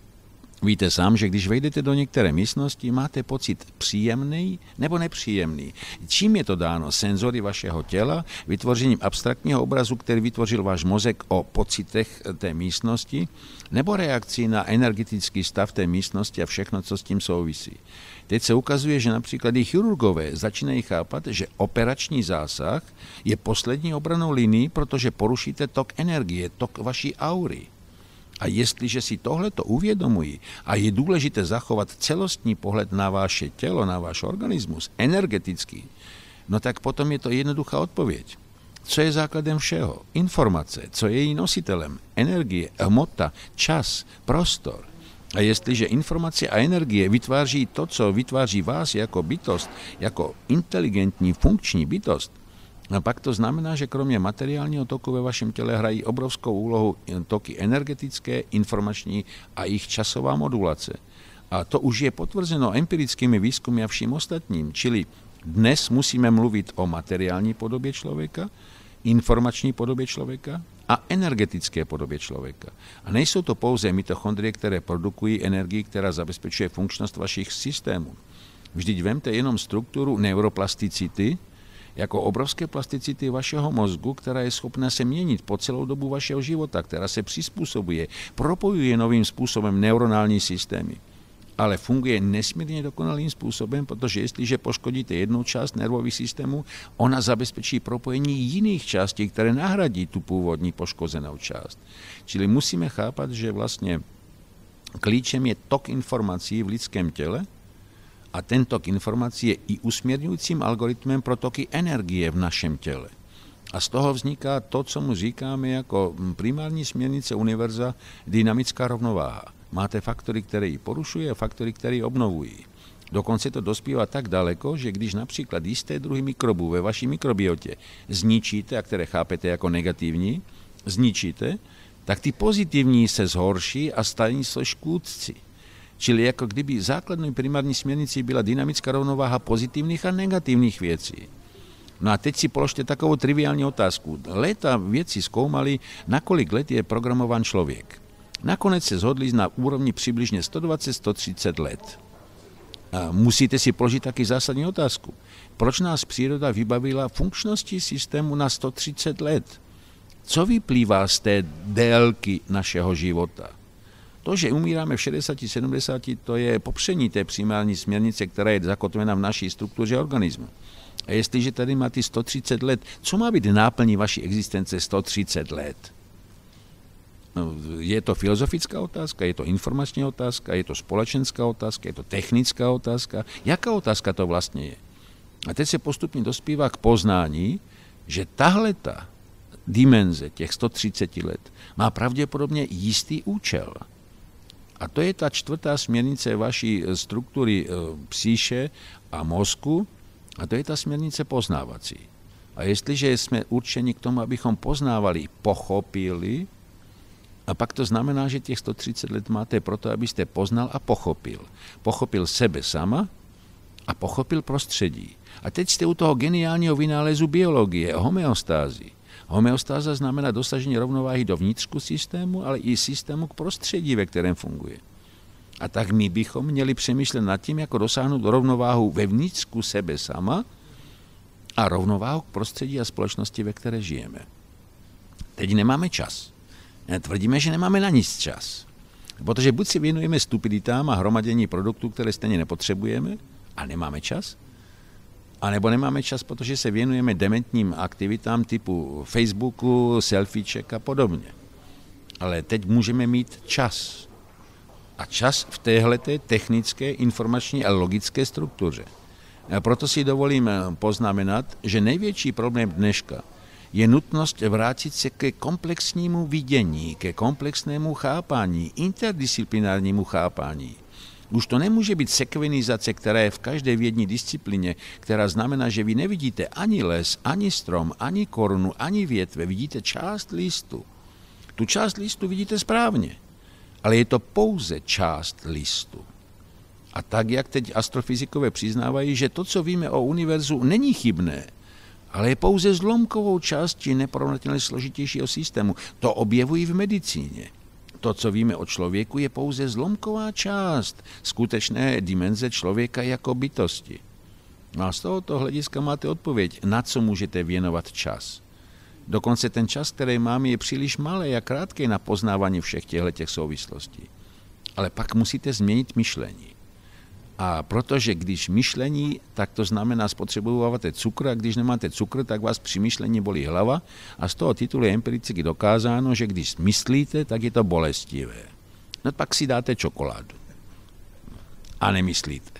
víte sám, že když vejdete do některé místnosti, máte pocit příjemný nebo nepříjemný. Čím je to dáno? Senzory vašeho těla, vytvořením abstraktního obrazu, který vytvořil váš mozek o pocitech té místnosti, nebo reakcí na energetický stav té místnosti a všechno, co s tím souvisí. Teď se ukazuje, že například i chirurgové začínají chápat, že operační zásah je poslední obranou linií, protože porušíte tok energie, tok vaší aury. A jestliže si tohleto uvědomují a je důležité zachovat celostní pohled na vaše tělo, na váš organismus, energetický, no tak potom je to jednoduchá odpověď. Co je základem všeho? Informace. Co je její nositelem? Energie, hmota, čas, prostor. A jestliže informace a energie vytváří to, co vytváří vás jako bytost, jako inteligentní, funkční bytost, a pak to znamená, že kromě materiálního toku ve vašem těle hrají obrovskou úlohu toky energetické, informační a jejich časová modulace. A to už je potvrzeno empirickými výzkumy a vším ostatním. Čili dnes musíme mluvit o materiální podobě člověka, informační podobě člověka a energetické podobě člověka. A nejsou to pouze mitochondrie, které produkují energii, která zabezpečuje funkčnost vašich systémů. Vždyť vemte jenom strukturu neuroplasticity, jako obrovské plasticity vašeho mozgu, která je schopná se měnit po celou dobu vašeho života, která se přizpůsobuje, propojuje novým způsobem neuronální systémy. Ale funguje nesmírně dokonalým způsobem, protože jestliže poškodíte jednu část nervových systémů, ona zabezpečí propojení jiných částí, které nahradí tu původní poškozenou část. Čili musíme chápat, že vlastně klíčem je tok informací v lidském těle, a ten tok informací je i usměrňujícím algoritmem pro toky energie v našem těle. A z toho vzniká to, co mu říkáme jako primární směrnice univerza, dynamická rovnováha. Máte faktory, které ji porušují a faktory, které ji obnovují. Dokonce to dospívá tak daleko, že když například jisté druhy mikrobů ve vaší mikrobiotě zničíte, a které chápete jako negativní, zničíte, tak ty pozitivní se zhorší a stají se škůdci. Čili jako kdyby základnou primární směrnicí byla dynamická rovnováha pozitivních a negativních věcí. No a teď si položte takovou triviální otázku. Léta vědci zkoumali, na kolik let je programován člověk. Nakonec se shodli na úrovni přibližně sto dvacet až sto třicet let. A musíte si položit taky zásadní otázku. Proč nás příroda vybavila funkčnosti systému na sto třicet let? Co vyplývá z té délky našeho života? To, že umíráme v šedesáti, sedmdesáti, to je popření té primární směrnice, která je zakotvena v naší struktuře organismu. A jestliže tady máte sto třicet let, co má být náplní vaší existence sto třicet let? No, je to filozofická otázka, je to informační otázka, je to společenská otázka, je to technická otázka. Jaká otázka to vlastně je? A teď se postupně dospívá k poznání, že tahleta dimenze těch sto třicet let má pravděpodobně jistý účel. A to je ta čtvrtá směrnice vaší struktury psyše a mozku, a to je ta směrnice poznávací. A jestliže jsme určeni k tomu, abychom poznávali, pochopili, a pak to znamená, že těch sto třicet let máte proto, abyste poznal a pochopil. Pochopil sebe sama a pochopil prostředí. A teď jste u toho geniálního vynálezu biologie, homeostázy. Homeostáza znamená dosažení rovnováhy do vnitřku systému, ale i systému k prostředí, ve kterém funguje. A tak my bychom měli přemýšlet nad tím, jako dosáhnout rovnováhu ve vnitřku sebe sama a rovnováhu k prostředí a společnosti, ve které žijeme. Teď nemáme čas. Tvrdíme, že nemáme na nic čas. Protože buď si věnujeme stupiditám a hromadění produktů, které stejně nepotřebujeme, a nemáme čas, anebo nemáme čas, protože se věnujeme dementním aktivitám typu Facebooku, selfieček a podobně. Ale teď můžeme mít čas. A čas v téhleté technické, informační a logické struktuře. A proto si dovolím poznamenat, že největší problém dneška je nutnost vrátit se ke komplexnímu vidění, ke komplexnému chápání, interdisciplinárnímu chápání. Už to nemůže být sekvenizace, která je v každé vědní disciplíně, která znamená, že vy nevidíte ani les, ani strom, ani korunu, ani větve, vidíte část listu. Tu část listu vidíte správně, ale je to pouze část listu. A tak, jak teď astrofyzikové přiznávají, že to, co víme o univerzu, není chybné, ale je pouze zlomkovou částí neporovnatelně složitějšího systému. To objevují v medicíně. To, co víme o člověku, je pouze zlomková část skutečné dimenze člověka jako bytosti. No a z tohoto hlediska máte odpověď, na co můžete věnovat čas. Dokonce ten čas, který máme, je příliš malý a krátký na poznávání všech těchto souvislostí. Ale pak musíte změnit myšlení. A protože když myšlení, tak to znamená spotřebováváte cukr, a když nemáte cukr, tak vás při myšlení bolí hlava a z toho titulu je empiricky dokázáno, že když myslíte, tak je to bolestivé. No pak si dáte čokoládu. A nemyslíte.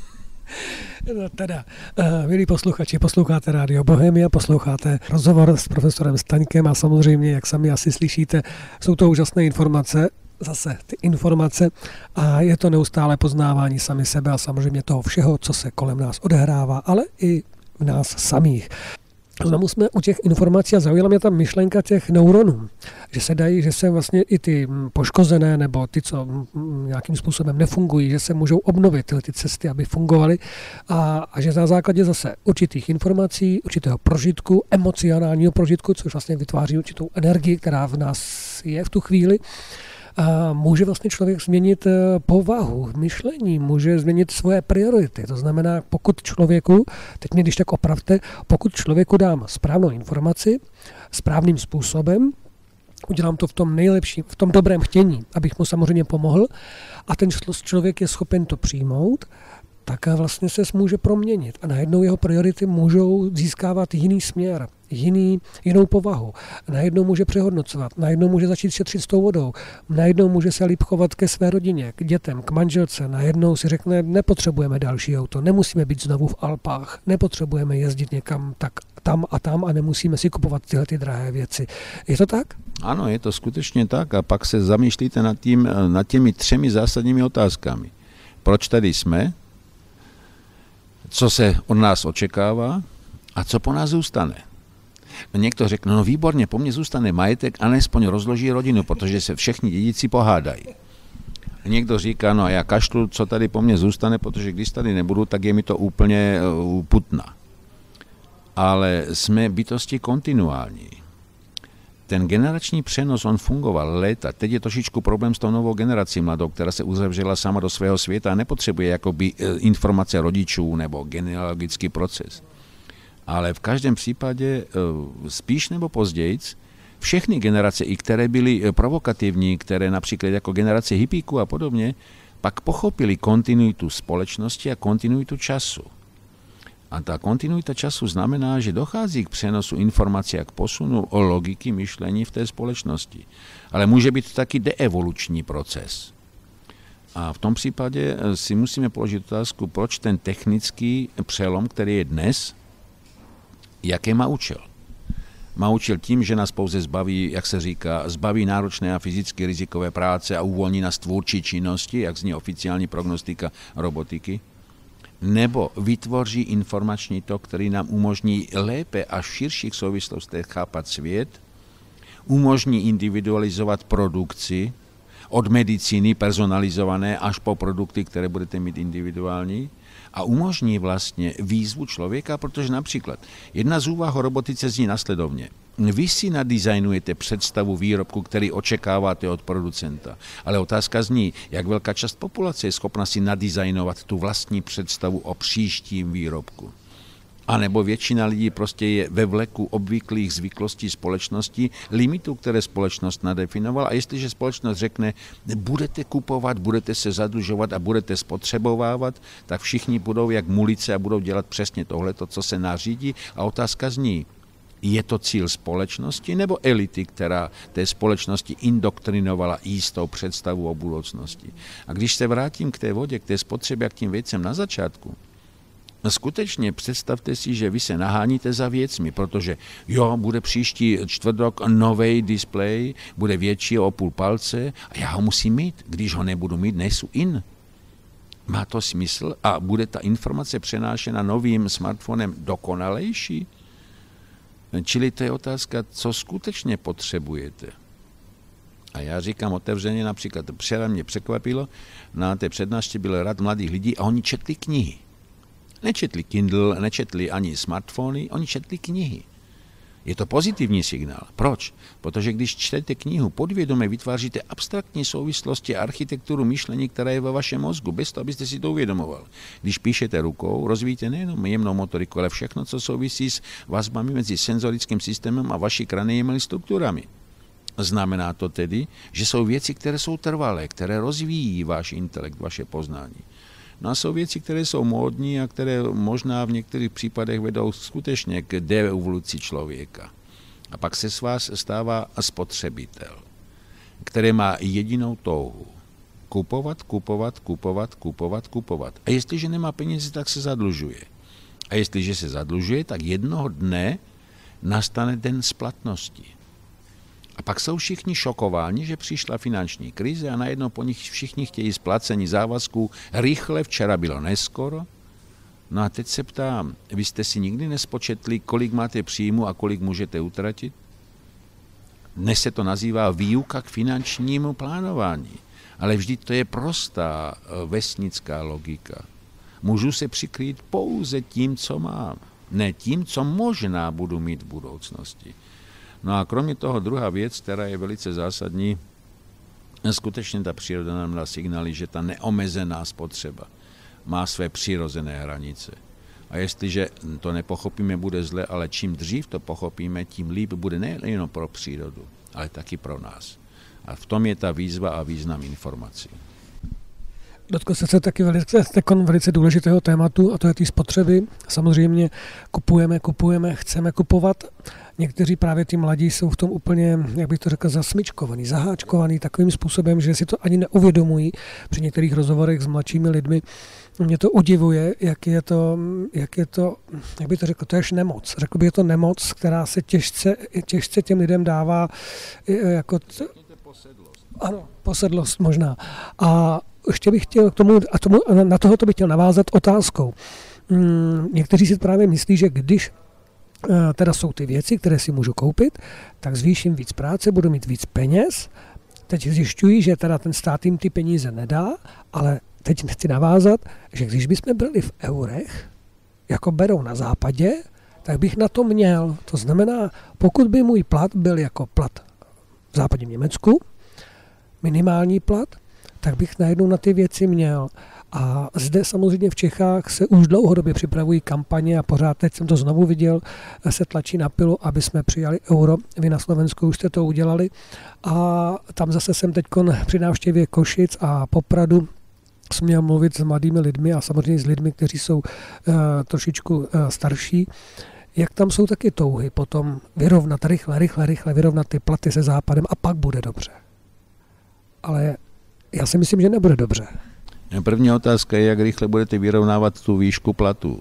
No teda, uh, milí posluchači, posloucháte Rádio Bohemia, posloucháte rozhovor s profesorem Staňkem a samozřejmě, jak sami asi slyšíte, jsou to úžasné informace, zase ty informace a je to neustále poznávání sami sebe a samozřejmě toho všeho, co se kolem nás odehrává, ale i v nás samých. Znovu jsme u těch informací a zaujala mě ta myšlenka těch neuronů, že se dají, že se vlastně i ty poškozené nebo ty, co nějakým způsobem nefungují, že se můžou obnovit tyhle ty cesty, aby fungovaly a, a že na základě zase určitých informací, určitého prožitku, emocionálního prožitku, což vlastně vytváří určitou energii, která v nás je v tu chvíli, a může vlastně člověk změnit povahu, myšlení, může změnit svoje priority. To znamená, pokud člověku, teď mě když tak opravte, pokud člověku dám správnou informaci, správným způsobem, udělám to v tom nejlepším, v tom dobrém chtění, abych mu samozřejmě pomohl a ten člověk je schopen to přijmout, tak vlastně se může proměnit a najednou jeho priority můžou získávat jiný směr, jiný, jinou povahu. Najednou může přehodnocovat, najednou může začít šetřit s tou vodou, najednou může se líp chovat ke své rodině, k dětem, k manželce, najednou si řekne, nepotřebujeme další auto, nemusíme být znovu v Alpách, nepotřebujeme jezdit někam tak tam a tam a nemusíme si kupovat tyhle ty drahé věci. Je to tak? Ano, je to skutečně tak a pak se zamýšlíte nad, tím, nad těmi třemi zásadními otázkami. Proč tady jsme? Co se od nás očekává a co po nás zůstane. Někdo řekne, no výborně, po mně zůstane majetek a nespoň rozloží rodinu, protože se všichni dědici pohádají. Někdo říká, no a já kašlu, co tady po mně zůstane, protože když tady nebudu, tak je mi to úplně putna. Ale jsme bytosti kontinuální. Ten generační přenos, on fungoval léta. Teď je trošičku problém s tou novou generací mladou, která se uzavřela sama do svého světa a nepotřebuje jakoby informace rodičů nebo genealogický proces. Ale v každém případě spíš nebo později všechny generace, i které byly provokativní, které například jako generace hippíků a podobně, pak pochopili kontinuitu společnosti a kontinuitu času. A ta kontinuita času znamená, že dochází k přenosu informací a k posunu o logiky myšlení v té společnosti. Ale může být to taky deevoluční proces. A v tom případě si musíme položit otázku, proč ten technický přelom, který je dnes, jaké má účel. Má účel tím, že nás pouze zbaví, jak se říká, zbaví náročné a fyzicky rizikové práce a uvolní nás tvůrčí činnosti, jak zní oficiální prognostika robotiky, nebo vytvoří informační tok, který nám umožní lépe a v širších souvislostech chápat svět, umožní individualizovat produkci, od medicíny personalizované až po produkty, které budete mít individuální, a umožní vlastně výzvu člověka, protože například jedna z úvah o robotice zní nasledovně. Vy si nadizajnujete představu výrobku, který očekáváte od producenta, ale otázka zní, jak velká část populace je schopna si nadizajnovat tu vlastní představu o příštím výrobku. A nebo většina lidí prostě je ve vleku obvyklých zvyklostí společnosti, limitů, které společnost nadefinovala. A jestliže společnost řekne, budete kupovat, budete se zadlužovat a budete spotřebovávat, tak všichni budou jak mulice a budou dělat přesně tohleto, co se nařídí. A otázka zní, je to cíl společnosti nebo elity, která té společnosti indoktrinovala jistou představu o budoucnosti. A když se vrátím k té vodě, k té spotřebě a k tím věcem na začátku, skutečně představte si, že vy se naháníte za věcmi, protože jo, bude příští čtvrtok nový displej, bude větší o půl palce a já ho musím mít. Když ho nebudu mít, nejsou in. Má to smysl a bude ta informace přenášena novým smartphonem dokonalejší? Čili to je otázka, co skutečně potřebujete. A já říkám otevřeně, například včera mě překvapilo, na té přednášce byl rad mladých lidí a oni četli knihy. Nečetli Kindle, nečetli ani smartfony, oni četli knihy. Je to pozitivní signál. Proč? Protože když čtete knihu, podvědomě vytváříte abstraktní souvislosti a architekturu myšlení, která je ve vašem mozgu, bez toho, abyste si to uvědomoval. Když píšete rukou, rozvíjíte nejenom jemnou motoriku, ale všechno, co souvisí s vazbami mezi senzorickým systémem a vaší kraniemi strukturami. Znamená to tedy, že jsou věci, které jsou trvalé, které rozvíjí váš intelekt, vaše poznání. No a jsou věci, které jsou módní a které možná v některých případech vedou skutečně k deevoluci člověka. A pak se z vás stává spotřebitel, který má jedinou touhu. Kupovat, kupovat, kupovat, kupovat, kupovat. A jestliže nemá peníze, tak se zadlužuje. A jestliže se zadlužuje, tak jednoho dne nastane den splatnosti. A pak jsou všichni šokováni, že přišla finanční krize a najednou po nich všichni chtějí splacení závazků rychle, včera bylo neskoro. No a teď se ptám, vy jste si nikdy nespočetli, kolik máte příjmu a kolik můžete utratit? Dnes se to nazývá výuka k finančnímu plánování, ale vždyť to je prostá vesnická logika. Můžu se přikrýt pouze tím, co mám, ne tím, co možná budu mít v budoucnosti. No a kromě toho druhá věc, která je velice zásadní, skutečně ta příroda nám dá signály, že ta neomezená spotřeba má své přirozené hranice. A jestliže to nepochopíme, bude zle, ale čím dřív to pochopíme, tím líp bude nejen pro přírodu, ale taky pro nás. A v tom je ta výzva a význam informací. Dotkl jste se taky velice, velice důležitého tématu, a to je té spotřeby. Samozřejmě kupujeme, kupujeme, chceme kupovat. Někteří právě ty mladí jsou v tom úplně, jak bych to řekl, zasmyčkovaný, zaháčkovaný takovým způsobem, že si to ani neuvědomují. Při některých rozhovorech s mladšími lidmi mě to udivuje, jak je to, jak je to, jak bych to řekl, to je až nemoc. Řekl bych, je to nemoc, která se těžce, těžce těm lidem dává jako... T... Ano, posedlost možná. A ještě bych chtěl k tomu, a tomu, na tohoto bych chtěl navázat otázkou. Hmm, někteří si právě myslí, že když teda jsou ty věci, které si můžu koupit, tak zvýším víc práce, budu mít víc peněz. Teď zjišťují, že teda ten stát jim ty peníze nedá, ale teď chci navázat, že když bychom byli v eurech, jako berou na západě, tak bych na to měl. To znamená, pokud by můj plat byl jako plat v západním Německu, minimální plat, tak bych najednou na ty věci měl. A zde samozřejmě v Čechách se už dlouhodobě připravují kampaně a pořád, teď jsem to znovu viděl, se tlačí na pilu, aby jsme přijali euro. Vy na Slovensku už jste to udělali. A tam zase jsem teď při návštěvě Košic a Popradu směl mluvit s mladými lidmi a samozřejmě s lidmi, kteří jsou uh, trošičku uh, starší, jak tam jsou taky touhy potom vyrovnat rychle, rychle, rychle, vyrovnat ty platy se Západem a pak bude dobře. Ale já si myslím, že nebude dobře. První otázka je, jak rychle budete vyrovnávat tu výšku platů.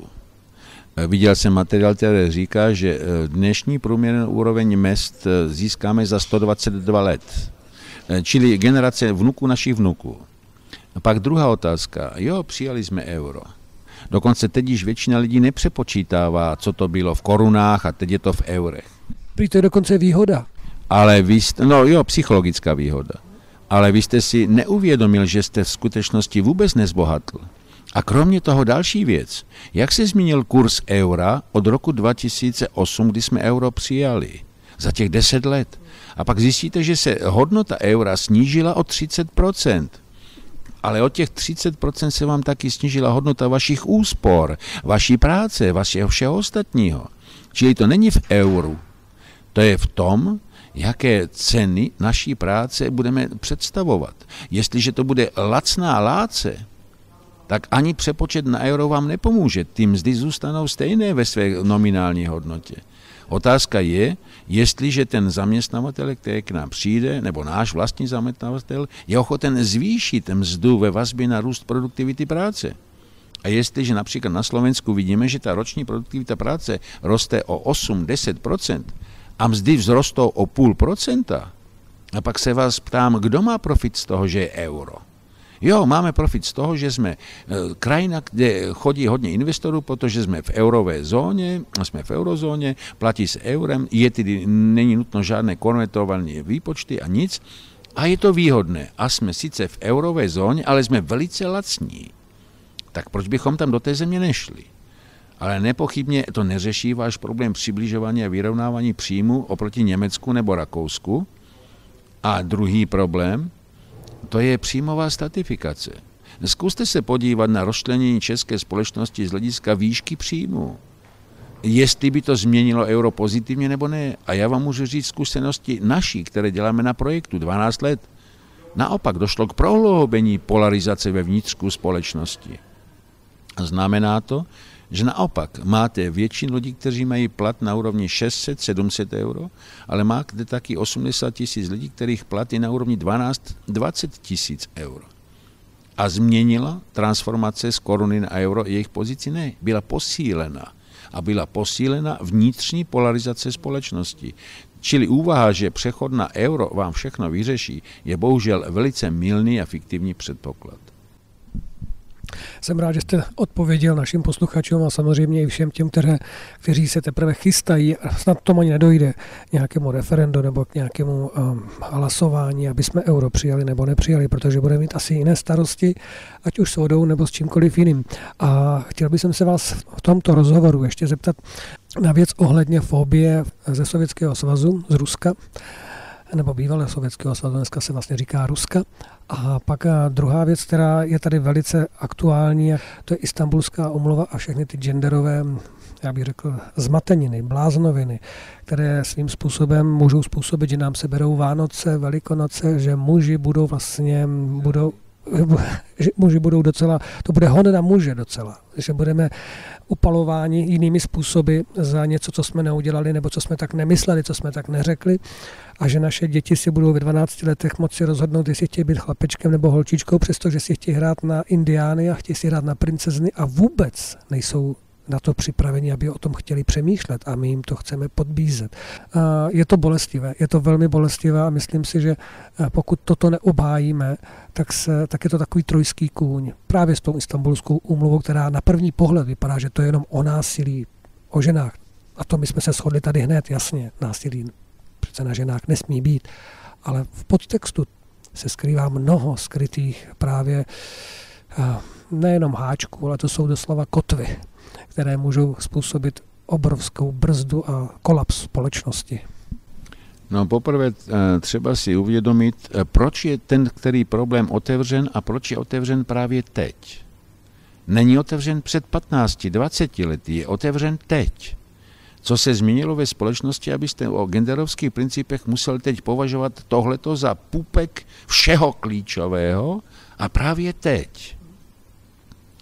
Viděl jsem materiál, který říká, že dnešní průměrnou úroveň mezd získáme za sto dvacet dva let. Čili generace vnuků našich vnuků. A pak druhá otázka. Jo, přijali jsme euro. Dokonce teď již většina lidí nepřepočítává, co to bylo v korunách a teď je to v eurech. Prý to je dokonce výhoda. Ale vy jste, no jo, psychologická výhoda. Ale vy jste si neuvědomil, že jste v skutečnosti vůbec nezbohatl. A kromě toho další věc. Jak se změnil kurz eura od roku dva tisíce osm, kdy jsme euro přijali? Za těch deset let. A pak zjistíte, že se hodnota eura snížila o třicet procent. Ale o těch třicet procent se vám taky snížila hodnota vašich úspor, vaší práce, vašeho všeho ostatního. Čili to není v euru. To je v tom, jaké ceny naší práce budeme představovat. Jestliže to bude lacná láce, tak ani přepočet na euro vám nepomůže. Ty mzdy zůstanou stejné ve své nominální hodnotě. Otázka je, jestliže ten zaměstnavatel, který k nám přijde, nebo náš vlastní zaměstnavatel, je ochoten zvýšit mzdu ve vazbě na růst produktivity práce. A jestliže například na Slovensku vidíme, že ta roční produktivita práce roste o osm až deset procent a mzdy vzrostou o půl procenta, a pak se vás ptám, kdo má profit z toho, že je euro. Jo, máme profit z toho, že jsme krajina, kde chodí hodně investorů, protože jsme v eurové zóně, jsme v eurozóně, platí se eurem, je tedy, není nutno žádné konvertované výpočty a nic. A je to výhodné. A jsme sice v eurové zóně, ale jsme velice lacní. Tak proč bychom tam do té země nešli? Ale nepochybně to neřeší váš problém přibližování a vyrovnávání příjmu oproti Německu nebo Rakousku. A druhý problém, to je příjmová stratifikace. Zkuste se podívat na rozčlenění české společnosti z hlediska výšky příjmu. Jestli by to změnilo euro pozitivně nebo ne. A já vám můžu říct zkušenosti naší, které děláme na projektu dvanáct let. Naopak došlo k prohloubení polarizace ve vnitřku společnosti. A znamená to, že naopak máte většinu lidí, kteří mají plat na úrovni šest set až sedm set euro, ale máte taky osmdesát tisíc lidí, kterých plat je na úrovni dvanáct až dvacet tisíc euro. A změnila transformace z koruny na euro jejich pozici? Ne, byla posílena. A byla posílena vnitřní polarizace společnosti. Čili úvaha, že přechod na euro vám všechno vyřeší, je bohužel velice mylný a fiktivní předpoklad. Jsem rád, že jste odpověděl našim posluchačům a samozřejmě i všem těm, které, kteří se teprve chystají a snad tomu ani nedojde nějakému referendu nebo k nějakému um, hlasování, aby jsme euro přijali nebo nepřijali, protože budeme mít asi jiné starosti, ať už s vodou nebo s čímkoliv jiným. A chtěl bych se vás v tomto rozhovoru ještě zeptat na věc ohledně fobie ze Sovětského svazu, z Ruska, nebo bývalého Sovětského svazu, dneska se vlastně říká Ruska. A pak druhá věc, která je tady velice aktuální, to je Istanbulská úmluva a všechny ty genderové, já bych řekl, zmateniny, bláznoviny, které svým způsobem můžou způsobit, že nám se berou Vánoce, Velikonoce, že muži budou vlastně, budou, že muži budou docela, to bude hon na muže docela, že budeme upalováni jinými způsoby za něco, co jsme neudělali, nebo co jsme tak nemysleli, co jsme tak neřekli, a že naše děti si budou ve dvanácti letech moci rozhodnout, jestli chtějí být chlapečkem nebo holčičkou, přestože si chtějí hrát na indiány a chtějí si hrát na princezny a vůbec nejsou na to připraveni, aby o tom chtěli přemýšlet a my jim to chceme podbízet. Je to bolestivé, je to velmi bolestivé a myslím si, že pokud toto neobhájíme, tak, se, tak je to takový trojský kůň. Právě s tou Istanbulskou úmluvou, která na první pohled vypadá, že to je jenom o násilí, o ženách. A to my jsme se shodli tady hned, jasně, násilí přece na ženách nesmí být. Ale v podtextu se skrývá mnoho skrytých právě nejenom háčků, ale to jsou doslova kotvy, které můžou způsobit obrovskou brzdu a kolaps společnosti. No poprvé třeba si uvědomit, proč je ten, který problém otevřen a proč je otevřen právě teď. Není otevřen před patnácti, dvaceti lety, je otevřen teď. Co se změnilo ve společnosti, abyste o genderovských principech musel teď považovat tohleto za pupek všeho klíčového a právě teď.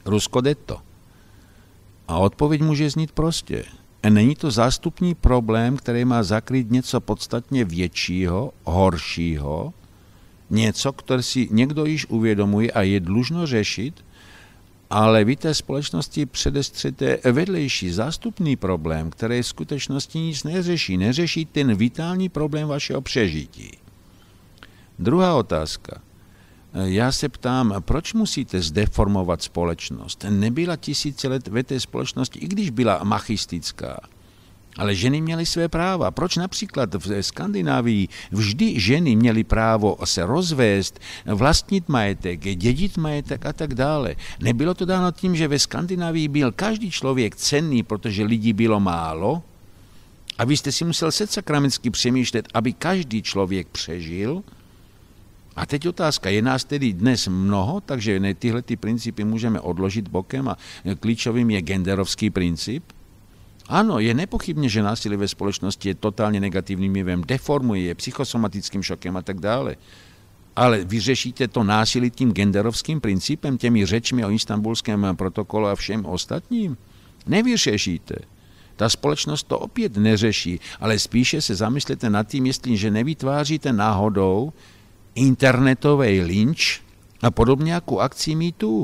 Rusko jde to. A odpověď může znít prostě. Není to zástupný problém, který má zakrýt něco podstatně většího, horšího, něco, které si někdo již uvědomuje a je dlužno řešit, ale vy té společnosti předestřete vedlejší zástupný problém, který v skutečnosti nic neřeší. Neřeší ten vitální problém vašeho přežití. Druhá otázka. Já se ptám, proč musíte zdeformovat společnost? Nebyla tisíce let ve té společnosti, i když byla machistická, ale ženy měly své práva. Proč například v Skandinávii vždy ženy měly právo se rozvést, vlastnit majetek, dědit majetek a tak dále? Nebylo to dáno tím, že ve Skandinávii byl každý člověk cenný, protože lidí bylo málo? A vy jste si musel sedsakramensky přemýšlet, aby každý člověk přežil? A teď otázka, je nás tedy dnes mnoho, takže ne, tyhle ty principy můžeme odložit bokem a klíčovým je genderovský princip? Ano, je nepochybně, že násilí ve společnosti je totálně negativním jevem, deformuje je psychosomatickým šokem a tak dále. Ale vyřešíte to násilí tím genderovským principem, těmi řečmi o Istanbulském protokolu a všem ostatním? Nevyřešíte. Ta společnost to opět neřeší, ale spíše se zamyslete nad tím, jestli že nevytváříte náhodou internetový lynč a podobně jako akcí MeToo.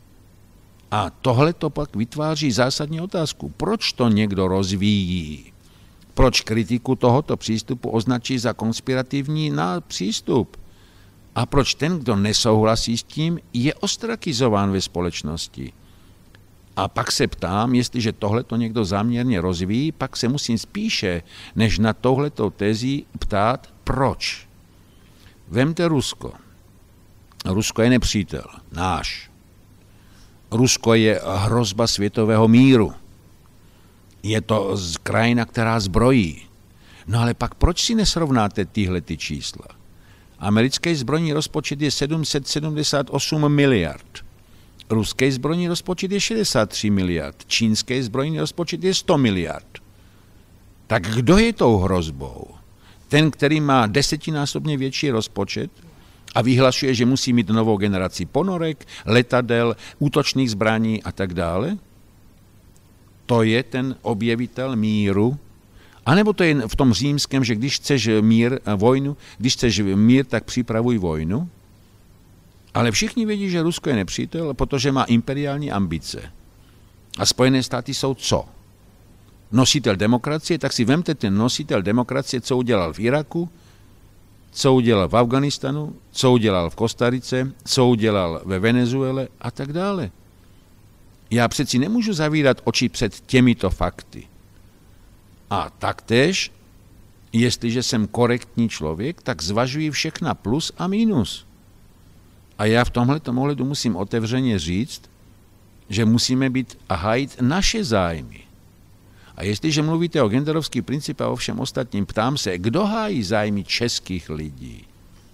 A tohle to pak vytváří zásadní otázku. Proč to někdo rozvíjí? Proč kritiku tohoto přístupu označí za konspirativní na přístup? A proč ten, kdo nesouhlasí s tím, je ostrakizován ve společnosti? A pak se ptám, jestliže tohle to někdo záměrně rozvíjí, pak se musím spíše, než na touhletou tezi ptát, proč? Vemte Rusko. Rusko je nepřítel, náš. Rusko je hrozba světového míru. Je to krajina, která zbrojí. No ale pak proč si nesrovnáte tyhle ty čísla? Americký zbrojní rozpočet je sedm set sedmdesát osm miliard. Ruský zbrojní rozpočet je šedesát tři miliard. Čínský zbrojní rozpočet je sto miliard. Tak kdo je tou hrozbou? Ten, který má desetinásobně větší rozpočet a vyhlašuje, že musí mít novou generaci ponorek, letadel, útočných zbraní a tak dále? To je ten objevitel míru? A nebo to je v tom římském, že když chceš mír, vojnu, když chceš mír, tak připravuj vojnu? Ale všichni vědí, že Rusko je nepřítel, protože má imperiální ambice. A Spojené státy jsou co? Nositel demokracie, tak si vemte ten nositel demokracie, co udělal v Iraku, co udělal v Afganistanu, co udělal v Kostarice, co udělal ve Venezuele a tak dále. Já přeci nemůžu zavírat oči před těmito fakty. A taktéž, jestliže jsem korektní člověk, tak zvažuji všechna plus a mínus. A já v tomhletom ohledu musím otevřeně říct, že musíme být a hájit naše zájmy. A jestliže mluvíte o genderovský princip a o všem ostatním, ptám se, kdo hájí zájmy českých lidí?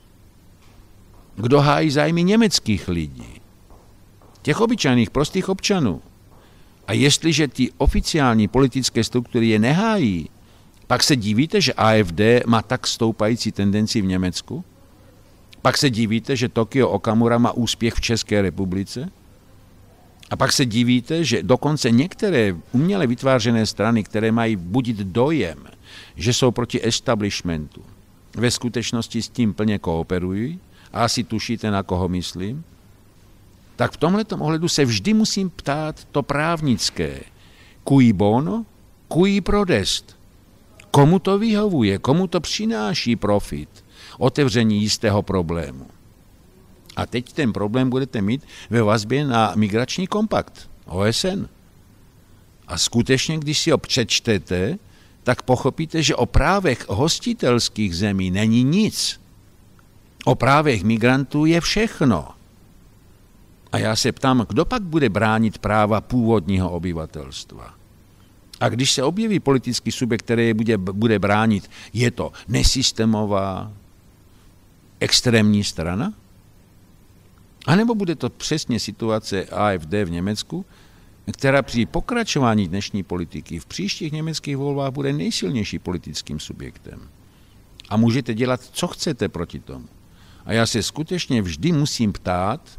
Kdo hájí zájmy německých lidí? Těch obyčejných, prostých občanů. A jestliže ty oficiální politické struktury je nehájí, pak se divíte, že A F D má tak stoupající tendenci v Německu? Pak se divíte, že Tokio Okamura má úspěch v České republice? A pak se divíte, že dokonce některé uměle vytvářené strany, které mají budit dojem, že jsou proti establishmentu, ve skutečnosti s tím plně kooperují, a asi tušíte, na koho myslím, tak v tomhletom ohledu se vždy musím ptát to právnické. Cui bono, cui prodest. Komu to vyhovuje, komu to přináší profit, otevření jistého problému. A teď ten problém budete mít ve vazbě na migrační kompakt O S N. A skutečně, když si ho přečtete, tak pochopíte, že o právech hostitelských zemí není nic. O právech migrantů je všechno. A já se ptám, kdo pak bude bránit práva původního obyvatelstva? A když se objeví politický subjekt, který je bude, bude bránit, je to nesystémová extrémní strana? A nebo bude to přesně situace A F D v Německu, která při pokračování dnešní politiky v příštích německých volbách bude nejsilnější politickým subjektem. A můžete dělat, co chcete proti tomu. A já se skutečně vždy musím ptát,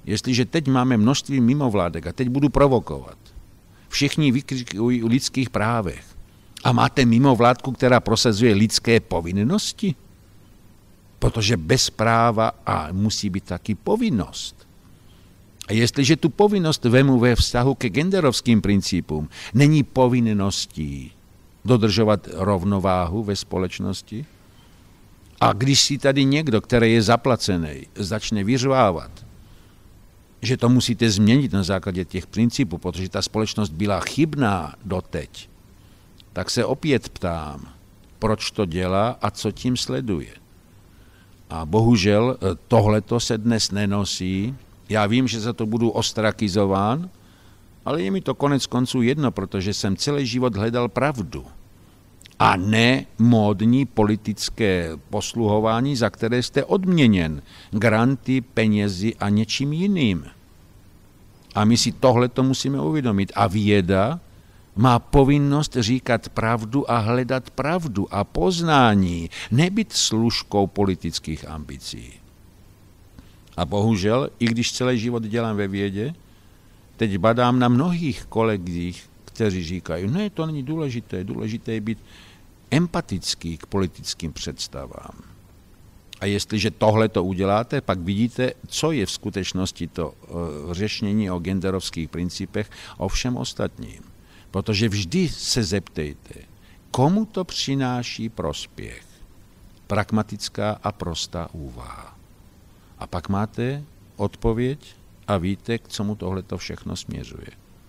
Jestliže teď máme množství mimovládek a teď budu provokovat, všichni vykrikují o lidských právech a máte mimovládku, která prosazuje lidské povinnosti? Protože bez práva a musí být taky povinnost. A jestliže tu povinnost vemu ve vztahu ke genderovským principům, není povinností dodržovat rovnováhu ve společnosti? A když si tady někdo, který je zaplacený, začne vyřvávat, že to musíte změnit na základě těch principů, protože ta společnost byla chybná doteď, tak se opět ptám, proč to dělá a co tím sleduje. A bohužel tohleto se dnes nenosí. Já vím, že za to budu ostrakizován, ale je mi to konec konců jedno, protože jsem celý život hledal pravdu. A ne módní politické posluhování, za které jste odměněn granty, penězi a něčím jiným. A my si tohleto musíme uvědomit. A věda má povinnost říkat pravdu a hledat pravdu a poznání, nebyt služkou politických ambicí. A bohužel, i když celý život dělám ve vědě, teď badám na mnohých kolegích, kteří říkají, ne, to není důležité, důležité je být empatický k politickým představám. A jestliže tohle to uděláte, pak vidíte, co je v skutečnosti to uh, řešení o genderovských principech o všem ostatním. Protože vždy se zeptejte, komu to přináší prospěch. Pragmatická a prostá úvaha. A pak máte odpověď a víte, k čemu tohleto všechno směřuje.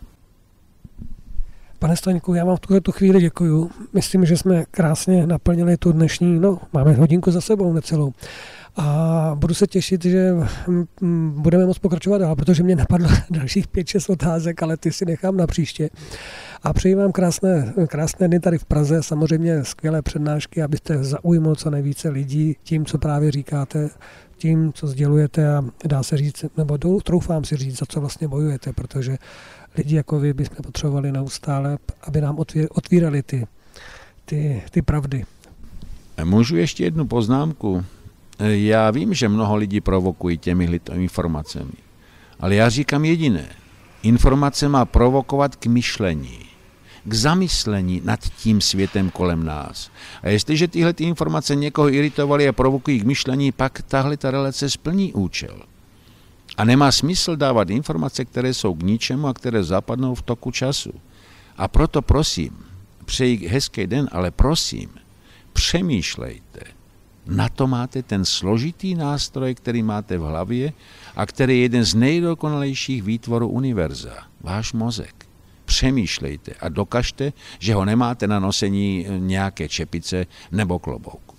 Pane Staňku, já vám v tuto chvíli děkuju. Myslím, že jsme krásně naplnili tu dnešní, no, máme hodinku za sebou necelou. A budu se těšit, že budeme moct pokračovat dál, protože mě napadlo dalších pět, šest otázek, ale ty si nechám na příště. A přeji vám krásné, krásné dny tady v Praze, samozřejmě skvělé přednášky, abyste zaujmul co nejvíce lidí tím, co právě říkáte, tím, co sdělujete a dá se říct, nebo troufám si říct, za co vlastně bojujete, protože lidi jako vy bychom potřebovali neustále, aby nám otvírali ty, ty, ty pravdy. Můžu ještě jednu poznámku? Já vím, že mnoho lidí provokují těmi informacemi, ale já říkám jediné. Informace má provokovat k myšlení, k zamyslení nad tím světem kolem nás. A jestliže tyhle ty informace někoho iritovaly a provokují k myšlení, pak tahle ta relace splní účel. A nemá smysl dávat informace, které jsou k ničemu a které zapadnou v toku času. A proto prosím, přeji hezký den, ale prosím, přemýšlejte. Na to máte ten složitý nástroj, který máte v hlavě a který je jeden z nejdokonalejších výtvorů univerza. Váš mozek. Přemýšlejte a dokažte, že ho nemáte na nosení nějaké čepice nebo klobouku.